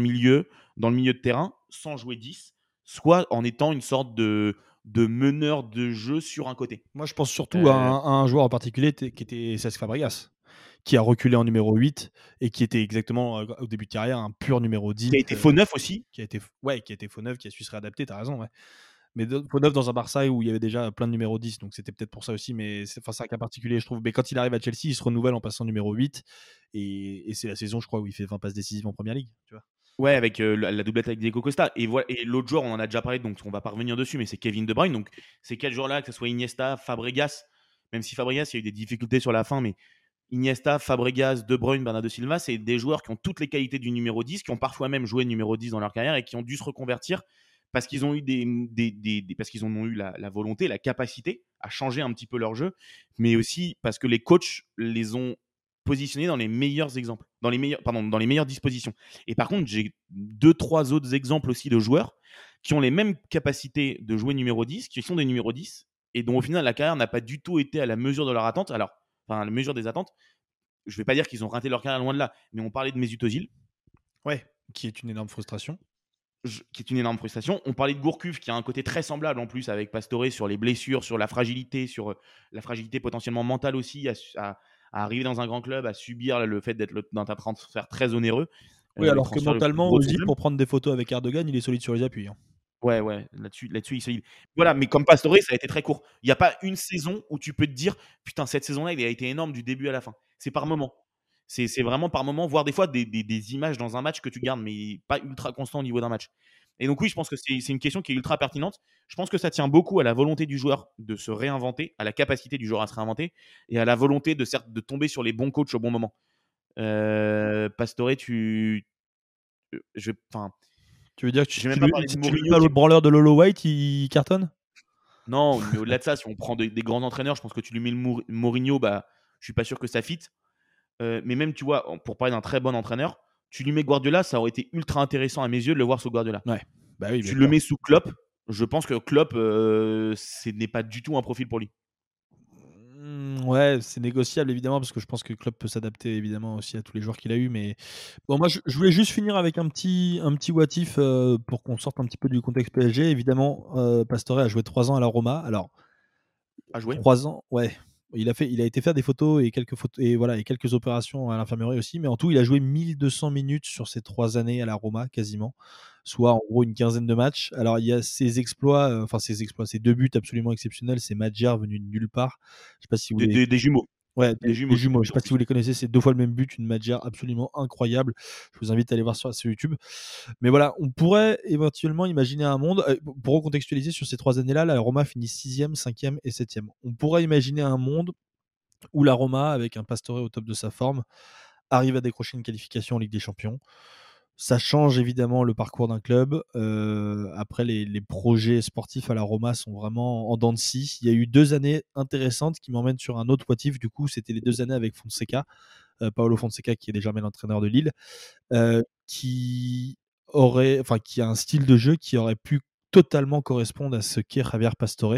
le milieu de terrain, sans jouer 10, soit en étant une sorte de meneur de jeu sur un côté. Moi, je pense surtout à un joueur en particulier qui était Cesc Fabregas, qui a reculé en numéro 8 et qui était exactement au début de carrière un pur numéro 10. Qui a été faux neuf aussi. Qui a été faux neuf, qui a su se réadapter, t'as raison, ouais. Mais faux neuf dans un Barça où il y avait déjà plein de numéro 10, donc c'était peut-être pour ça aussi, mais c'est un cas particulier, je trouve. Mais quand il arrive à Chelsea, il se renouvelle en passant numéro 8 et c'est la saison, je crois, où il fait 20 passes décisives en première ligue, tu vois. Ouais, avec la doublette avec Diego Costa. Et l'autre joueur, on en a déjà parlé, donc on va pas revenir dessus, mais c'est Kevin De Bruyne. Donc ces 4 joueurs-là, que ce soit Iniesta, Fabregas, même si Fabregas, il y a eu des difficultés sur la fin, mais Iniesta, Fabregas, De Bruyne, Bernardo Silva, c'est des joueurs qui ont toutes les qualités du numéro 10, qui ont parfois même joué numéro 10 dans leur carrière et qui ont dû se reconvertir parce qu'ils ont eu parce qu'ils en ont eu la volonté, la capacité à changer un petit peu leur jeu, mais aussi parce que les coachs les ont positionnés dans les meilleurs exemples, dans les meilleures dispositions. Et par contre, j'ai 2-3 autres exemples aussi de joueurs qui ont les mêmes capacités de jouer numéro 10, qui sont des numéros 10 et dont au final la carrière n'a pas du tout été à la mesure de leur attente. Alors, à la mesure des attentes. Je ne vais pas dire qu'ils ont raté leur carrière, loin de là, mais on parlait de Mesut Özil. Ouais, qui est une énorme frustration. Qui est une énorme frustration. On parlait de Gourcuff, qui a un côté très semblable en plus avec Pastore sur les blessures, sur la fragilité potentiellement mentale aussi, à arriver dans un grand club, à subir le fait d'être dans un transfert très onéreux. Oui, alors que mentalement, Özil, pour prendre des photos avec Erdogan, il est solide sur les appuis. Hein. Ouais, là-dessus, il est solide. Voilà, mais comme Pastore, ça a été très court. Il n'y a pas une saison où tu peux te dire, putain, cette saison-là, il a été énorme du début à la fin. C'est par moment. C'est vraiment par moment, voir des fois des images dans un match que tu gardes, mais pas ultra constant au niveau d'un match. Et donc oui, je pense que c'est une question qui est ultra pertinente. Je pense que ça tient beaucoup à la volonté du joueur de se réinventer, à la capacité du joueur à se réinventer, et à la volonté de tomber sur les bons coachs au bon moment. Pastore, enfin, Tu veux dire que j'ai même pas parlé de tu lui mets Mourinho pas qui l'autre branleur de Lolo White, il cartonne? non, mais au-delà de ça, si on prend des grands entraîneurs, je pense que tu lui mets Mourinho, bah, je suis pas sûr que ça fit. Mais même, tu vois, pour parler d'un très bon entraîneur, tu lui mets Guardiola, ça aurait été ultra intéressant à mes yeux de le voir sous Guardiola. Ouais. Bah oui, bien Tu le sûr. mets sous Klopp, je pense que Klopp, ce n'est pas du tout un profil pour lui. Ouais, c'est négociable évidemment parce que je pense que Klopp peut s'adapter évidemment aussi à tous les joueurs qu'il a eu. Mais bon, moi je voulais juste finir avec un petit what if, pour qu'on sorte un petit peu du contexte PSG. Évidemment, Pastore a joué 3 ans à la Roma. Alors À jouer. 3 ans, ouais. Il a été faire des photos et voilà, et quelques opérations à l'infirmerie aussi, mais en tout, il a joué 1200 minutes sur ces 3 années à la Roma quasiment, soit en gros une quinzaine de matchs. Alors il y a ses exploits, ses 2 buts absolument exceptionnels, c'est Madjer venu de nulle part. Je sais pas si vous les Des jumeaux. Ouais, Des des jumeaux, jumeaux. Je sais en pas si plus. vous les connaissez, c'est 2 fois le même but, une Madjer absolument incroyable. Je vous invite à aller voir sur YouTube. Mais voilà, on pourrait éventuellement imaginer un monde, pour recontextualiser sur ces 3 années-là, la Roma finit 6e, 5e et 7e. On pourrait imaginer un monde où la Roma, avec un Pastore au top de sa forme, arrive à décrocher une qualification en Ligue des Champions. Ça change évidemment le parcours d'un club. Après, les projets sportifs à la Roma sont vraiment en dents de scie. Il y a eu 2 années intéressantes qui m'emmènent sur un autre motif. Du coup, c'était les 2 années avec Fonseca, Paolo Fonseca, qui est désormais l'entraîneur de Lille, qui qui a un style de jeu qui aurait pu totalement correspondre à ce qu'est Javier Pastore.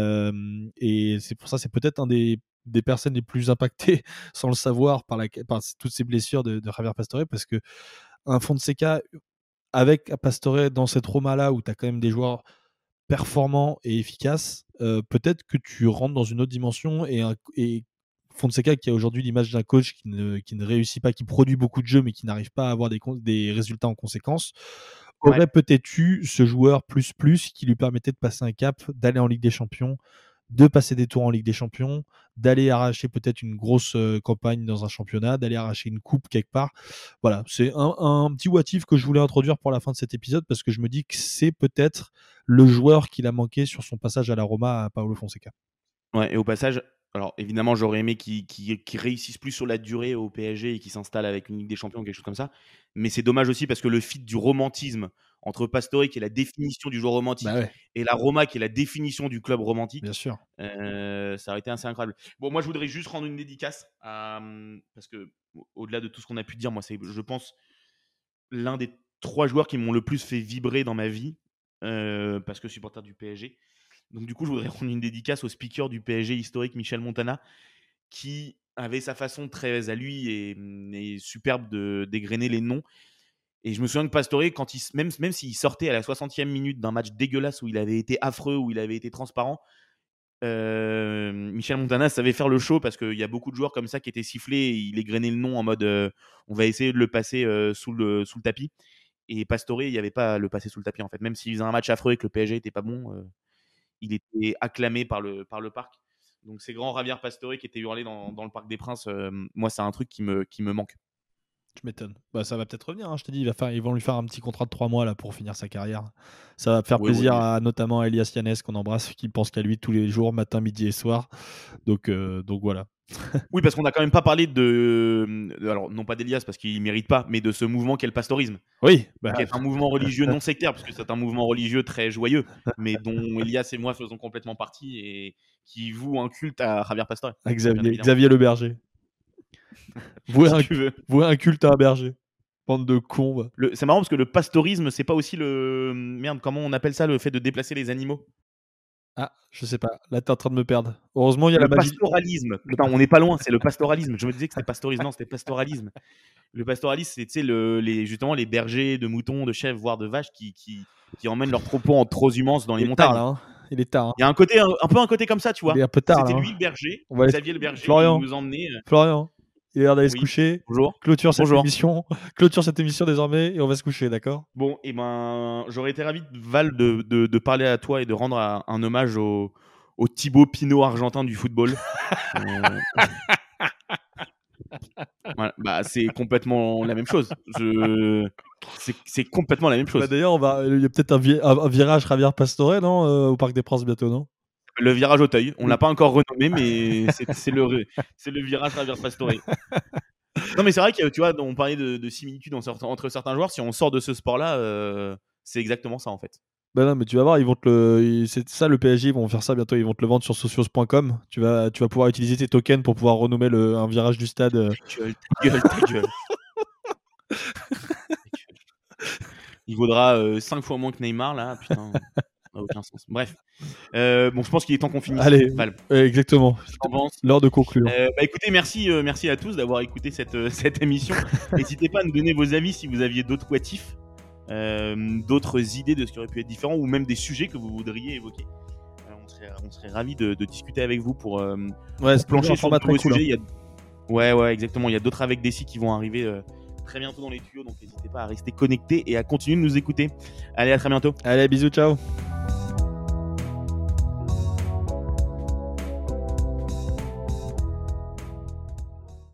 Et c'est pour ça, c'est peut-être un des personnes les plus impactées, sans le savoir, par toutes ces blessures de Javier Pastore, parce que un Fonseca avec Pastore dans cette Roma-là, où tu as quand même des joueurs performants et efficaces, peut-être que tu rentres dans une autre dimension. Et Fonseca, qui a aujourd'hui l'image d'un coach qui ne réussit pas, qui produit beaucoup de jeux, mais qui n'arrive pas à avoir des résultats en conséquence, Ouais. aurait peut-être eu ce joueur plus qui lui permettait de passer un cap, d'aller en Ligue des Champions, de passer des tours en Ligue des Champions, d'aller arracher peut-être une grosse campagne dans un championnat, d'aller arracher une coupe quelque part. Voilà, c'est un petit what if que je voulais introduire pour la fin de cet épisode, parce que je me dis que c'est peut-être le joueur qu'il a manqué sur son passage à la Roma à Paolo Fonseca. Ouais, et au passage, alors évidemment, j'aurais aimé qu'ils réussissent plus sur la durée au PSG et qu'ils s'installent avec une Ligue des Champions ou quelque chose comme ça. Mais c'est dommage aussi parce que le fit du romantisme entre Pastore, qui est la définition du joueur romantique, Bah ouais, et la Roma, qui est la définition du club romantique, bien sûr. ça aurait été assez incroyable. Bon, moi, je voudrais juste rendre une dédicace parce que au-delà de tout ce qu'on a pu dire, moi, c'est, je pense, l'un des 3 joueurs qui m'ont le plus fait vibrer dans ma vie, parce que supporter du PSG. Donc du coup, je voudrais rendre une dédicace au speaker du PSG historique, Michel Montana, qui avait sa façon très à lui et superbe de dégrainer les noms. Et je me souviens que Pastore, même s'il sortait à la 60e minute d'un match dégueulasse où il avait été affreux, où il avait été transparent, Michel Montana savait faire le show, parce qu'il y a beaucoup de joueurs comme ça qui étaient sifflés et il égrenait le nom en mode on va essayer de le passer sous le tapis. Et Pastore, il n'y avait pas à le passer sous le tapis en fait. Même s'il faisait un match affreux et que le PSG était pas bon, il était acclamé par le parc. Donc ces grands Javier Pastore qui étaient hurlés dans le Parc des Princes, moi c'est un truc qui me manque. Tu m'étonnes. Bah, ça va peut-être revenir, hein, je te dis, ils vont lui faire un petit contrat de 3 mois là pour finir sa carrière. Ça va faire Oui, plaisir mais notamment à Elias Yanès, qu'on embrasse, qui pense qu'à lui tous les jours, matin, midi et soir. Donc voilà. oui, parce qu'on n'a quand même pas parlé alors non pas d'Elias parce qu'il mérite pas, mais de ce mouvement qu'est le pastorisme, Oui, bah, qui est un mouvement religieux non sectaire, parce que c'est un mouvement religieux très joyeux, mais dont Elias et moi faisons complètement partie et qui voue un culte à Javier Pastore. Bien évidemment. Xavier Le Berger. Vouer Si un, tu veux. vouer un culte à un berger. Bande de cons. Va. C'est marrant parce que le pastorisme, c'est pas aussi merde, comment on appelle ça, le fait de déplacer les animaux? Ah, je sais pas. Là, t'es en train de me perdre. Heureusement, il y a la Le magie. pastoralisme. Putain, on n'est pas loin, c'est le pastoralisme. Je me disais que c'était pastorisme. Non, c'était pastoralisme. Le pastoralisme, c'est, tu sais, justement les bergers de moutons, de chèvres, voire de vaches qui emmènent leurs troupeaux en transhumance dans les Il est tard montagnes. là. Hein. Il est tard. Hein. Il y a un côté, un peu un côté comme ça, tu Il est vois. un peu tard C'était là. lui Hein. le berger, On va Xavier le berger, et il Florian. nous emmenait. Florian. Il a l'air d'aller se Oui. coucher. Bonjour. Clôture cette Bonjour. émission. Clôture cette émission désormais et on va se coucher, d'accord? Bon, et ben, j'aurais été ravi, Val, de parler à toi et de rendre un hommage au Thibaut Pinot argentin du football. Voilà. Bah, c'est complètement la même chose. C'est complètement la même chose. Bah, d'ailleurs, il y a peut-être un virage Javier Pastore, non, au Parc des Princes bientôt, non? Le virage Auteuil, on l'a pas encore renommé, mais c'est le virage Javier Pastore. Non, mais c'est vrai que tu vois, on parlait de similitudes entre certains joueurs. Si on sort de ce sport-là, c'est exactement ça en fait. Bah non, mais tu vas voir, c'est ça le PSG, ils vont faire ça bientôt, ils vont te le vendre sur socios.com. Tu vas pouvoir utiliser tes tokens pour pouvoir renommer un virage du stade. Ta gueule. Il vaudra 5 fois moins que Neymar là, putain. Ça n'a aucun sens. Bref. Bon, je pense qu'il est temps qu'on finisse. Allez, Val. exactement. T'en penses ? L'heure de conclure. Bah écoutez, merci à tous d'avoir écouté cette émission. N'hésitez pas à nous donner vos avis si vous aviez d'autres what if, d'autres idées de ce qui aurait pu être différent, ou même des sujets que vous voudriez évoquer. On serait ravis de discuter avec vous pour plancher sur tous vos sujets. Ouais, exactement. Il y a d'autres avec Dessy qui vont arriver très bientôt dans les tuyaux, donc n'hésitez pas à rester connectés et à continuer de nous écouter. Allez, à très bientôt. Allez, bisous, ciao.